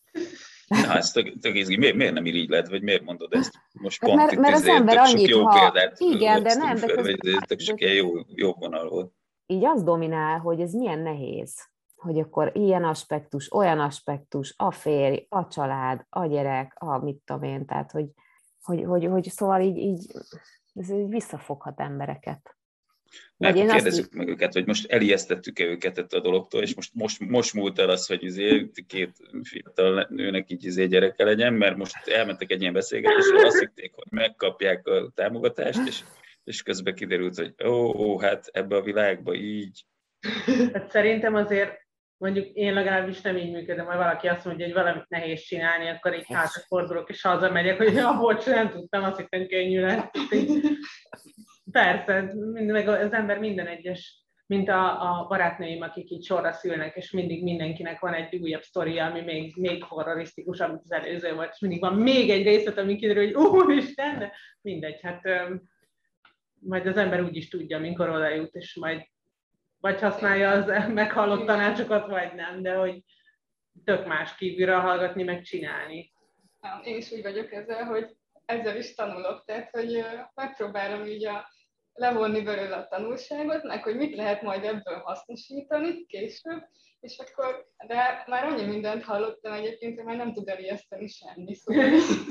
Na, ez tök izgi. Miért nem irigyled, vagy miért mondod ezt? Most pont mert az ember annyit, jó példát igen, de nem. Tök sok ilyen jó vonal volt. Így az dominál, hogy ez milyen nehéz, hogy akkor ilyen aspektus, olyan aspektus, a férj, a család, a gyerek, a mit tudom én, tehát hogy szóval így ez így visszafoghat embereket. Kérdezzük meg őket, hogy most elijesztettük-e őket ettől a dologtól, és most múlt el az, hogy két fiatal nőnek így gyereke legyen, mert most elmentek egy ilyen beszélgetésre, azt hitték, hogy megkapják a támogatást, és közben kiderült, hogy hát ebbe a világba így. Hát szerintem azért, mondjuk én legalábbis nem így működöm, hogy valaki azt mondja, hogy valamit nehéz csinálni, akkor így hátrafordulok és hazamegyek, hogy bocs, nem tudtam, azt hittem könnyű lesz. Persze, meg az ember minden egyes mint a barátnőim, akik így sorra szülnek, és mindig mindenkinek van egy újabb sztoria, ami még horrorisztikusabb, mint az előző volt, és mindig van még egy részlet, ami kiderül, hogy úristen, de mindegy, hát majd az ember úgy is tudja, amikor oda jut, és majd vagy használja az meghallott tanácsokat, vagy nem, de hogy tök más kívülről hallgatni, meg csinálni. Én is úgy vagyok ezzel, hogy ezzel is tanulok, tehát hogy megpróbálom így levonni belőle a tanulságot, meg hogy mit lehet majd ebből hasznosítani később, és akkor, de már annyi mindent hallottam egyébként, hogy már nem tud elijeszteni semmi, szóval.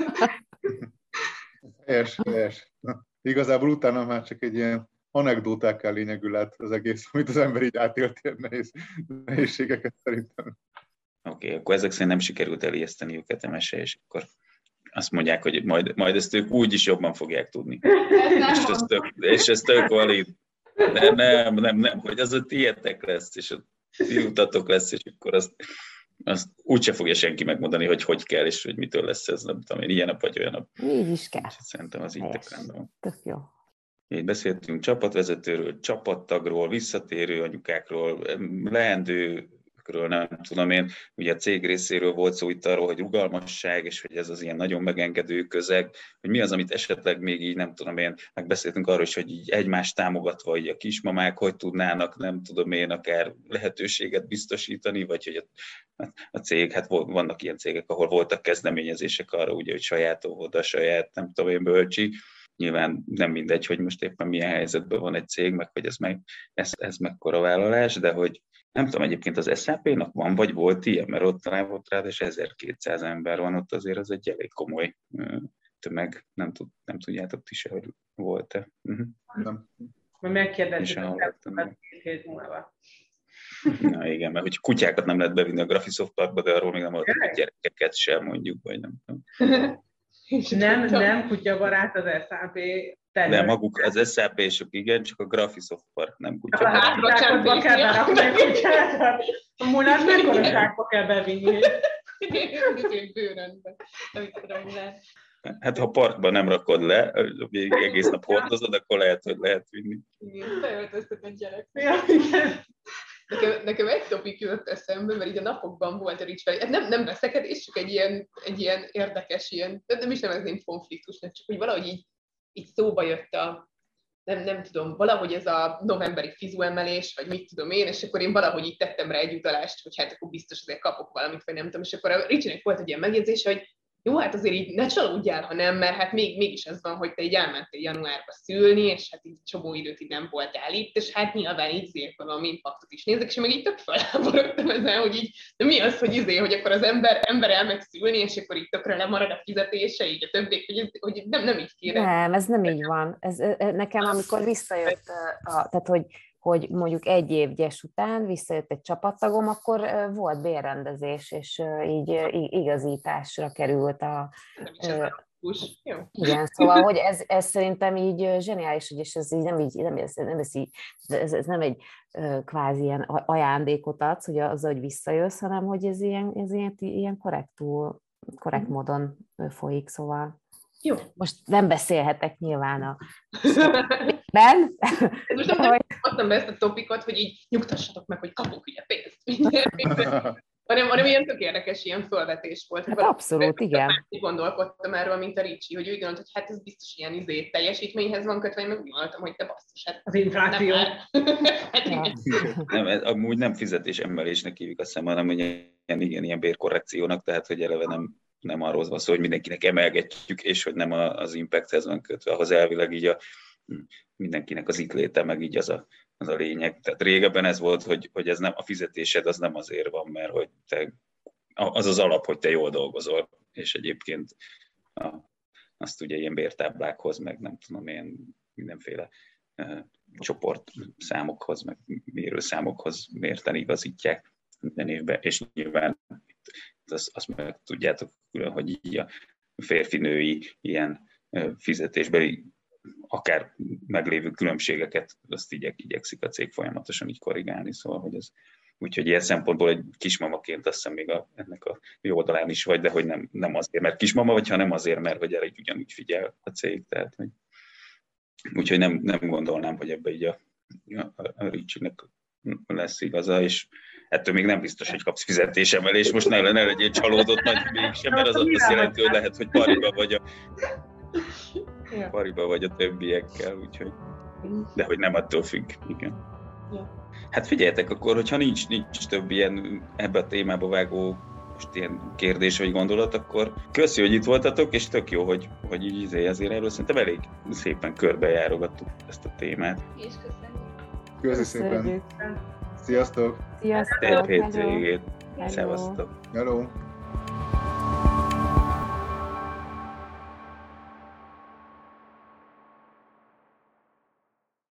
Helyes. Igazából utána már csak egy ilyen anekdótákkal lényegű lett az egész, amit az ember így átélt ilyen nehézségeket szerintem. Oké, akkor ezek szerint nem sikerült elijeszteni őket a mese, és akkor azt mondják, hogy majd ezt ők úgy is jobban fogják tudni. És ez tök valid. Nem, hogy az a tietek lesz, és a ti utatok lesz, és akkor azt úgyse fogja senki megmondani, hogy kell, és hogy mitől lesz ez, nem tudom én, ilyen nap vagy olyan nap. Így is kell. Szerintem az így tök rendben van. Tök jó. Így beszéltünk csapatvezetőről, csapattagról, visszatérő anyukákról, leendőkről, nem tudom én, ugye a cég részéről volt szó itt arról, hogy rugalmasság, és hogy ez az ilyen nagyon megengedő közeg, hogy mi az, amit esetleg még így, nem tudom én, megbeszéltünk arról is, hogy így egymást támogatva, így a kismamák hogy tudnának, nem tudom én, akár lehetőséget biztosítani, vagy hogy a cég, hát vannak ilyen cégek, ahol voltak kezdeményezések arra, ugye, hogy saját óvoda, saját, nem tudom én, bölcsi. Nyilván nem mindegy, hogy most éppen milyen helyzetben van egy cég, meg hogy ez mekkora vállalás, de hogy nem tudom, egyébként az SAP-nak van, vagy volt ilyen, mert ott talán volt rá, és 1200 ember van ott, azért az egy elég komoly tömeg. Nem tudjátok ti se, hogy volt-e. Nem. Megkérdezzük a 2 hét múlva. Na igen, mert hogy kutyákat nem lehet bevinni a Graphisoft Parkba, de arról még nem hallottuk, hogy gyerekeket sem mondjuk, vagy nem tudom. Nem kutyabarát az SAP. De maguk az SAP-sok igen, csak a Graphisoft Park nem kutyabarát. Hátba kell berakni a kutyát. A Mulát mekkora zsákba kell bevinni. Bőrönbe. Hát ha parkban nem rakod le, egész nap hordozod, akkor lehet, hogy lehet vinni. Igen, beöltöztetett gyerek. Nekem egy topik jött eszembe, mert így a napokban volt a Rich, hát nem veszekedés, csak egy ilyen érdekes, nem is nevezném konfliktusnak, csak hogy valahogy így szóba jött nem tudom, valahogy ez a novemberi fizuemelés, vagy mit tudom én, és akkor én valahogy így tettem rá egy utalást, hogy hát akkor biztos azért kapok valamit, vagy nem tudom, és akkor a Richnek volt egy ilyen megjegyzése, hogy jó, hát azért így ne csalódjál, ha nem, mert hát mégis ez van, hogy te így elmentél januárba szülni, és hát így csomó időt így nem voltál itt, és hát nyilván így valami impaktot is nézek, és meg így tök felháborodtam ezzel, hogy így, de mi az, hogy hogy akkor az ember elmegy szülni, és akkor így tökre lemarad a fizetése, így a többiek, hogy nem így kéne. Nem, ez nem így van. Nekem, amikor visszajött, tehát hogy mondjuk egy év gyes után visszajött egy csapattagom, akkor volt bérrendezés, és így igazításra került Igen, szóval, hogy ez szerintem így zseniális, és ez így ez nem egy kvázi ilyen ajándékot adsz, hogy az, hogy visszajössz, hanem hogy ez ilyen korrekt módon folyik, szóval. Jó. Most nem beszélhetek nyilván a ben. Most nem adtam be ezt a topikot, hogy így nyugtassatok meg, hogy kapunk ugye pénzt. hanem ilyen tök érdekes ilyen fölvetés volt. Hát abszolút, igen. Gondolkodtam erről, mint a Ricsi, hogy úgy gondolt, hogy hát ez biztos ilyen teljesítményhez van kötve, én meg úgy gondoltam, hogy te basszus, hát az infláció. Nem, amúgy nem fizetésemelésnek hívjuk, azt hiszem, hanem ilyen bérkorrekciónak, tehát hogy eleve nem arról van szó, hogy mindenkinek emelgetjük, és hogy nem az impacthez van kötve, ahhoz elvileg így mindenkinek az itt léte, meg így az a lényeg. Tehát régebben ez volt, hogy ez nem, a fizetésed az nem azért van, mert hogy az az alap, hogy te jól dolgozol, és egyébként azt ugye ilyen bértáblákhoz, meg nem tudom, ilyen mindenféle csoportszámokhoz, meg mérőszámokhoz mérten igazítják minden évben, és nyilván azt meg tudjátok külön, hogy így a férfi-női ilyen fizetésbeli akár meglévő különbségeket, azt igyekszik a cég folyamatosan így korrigálni, szóval, hogy ez úgyhogy ilyen szempontból egy kismamaként azt hiszem még ennek a jó oldalán is vagy, de hogy nem azért, mert kismama vagy, hanem azért, mert hogy elég ugyanúgy figyel a cég, tehát hogy úgyhogy nem gondolnám, hogy ebbe így a Ricsinek lesz igaza, és ettől még nem biztos, hogy kapsz fizetésemelést. Most ne legyél csalódott nagy mégsem, mert az azt jelenti, hogy lehet, hogy pariba vagy a többiekkel, úgyhogy... De hogy nem attól függ, igen. Hát figyeljetek, akkor, hogyha nincs több ilyen ebbe a témába vágó most ilyen kérdés vagy gondolat, akkor köszi, hogy itt voltatok, és tök jó, hogy így azért erről szerintem elég szépen körbejárogattuk ezt a témát. És köszönjük. Köszi szépen. Sziasztok! Sziasztok! Szép hétvégét! Szevasztok! Hello!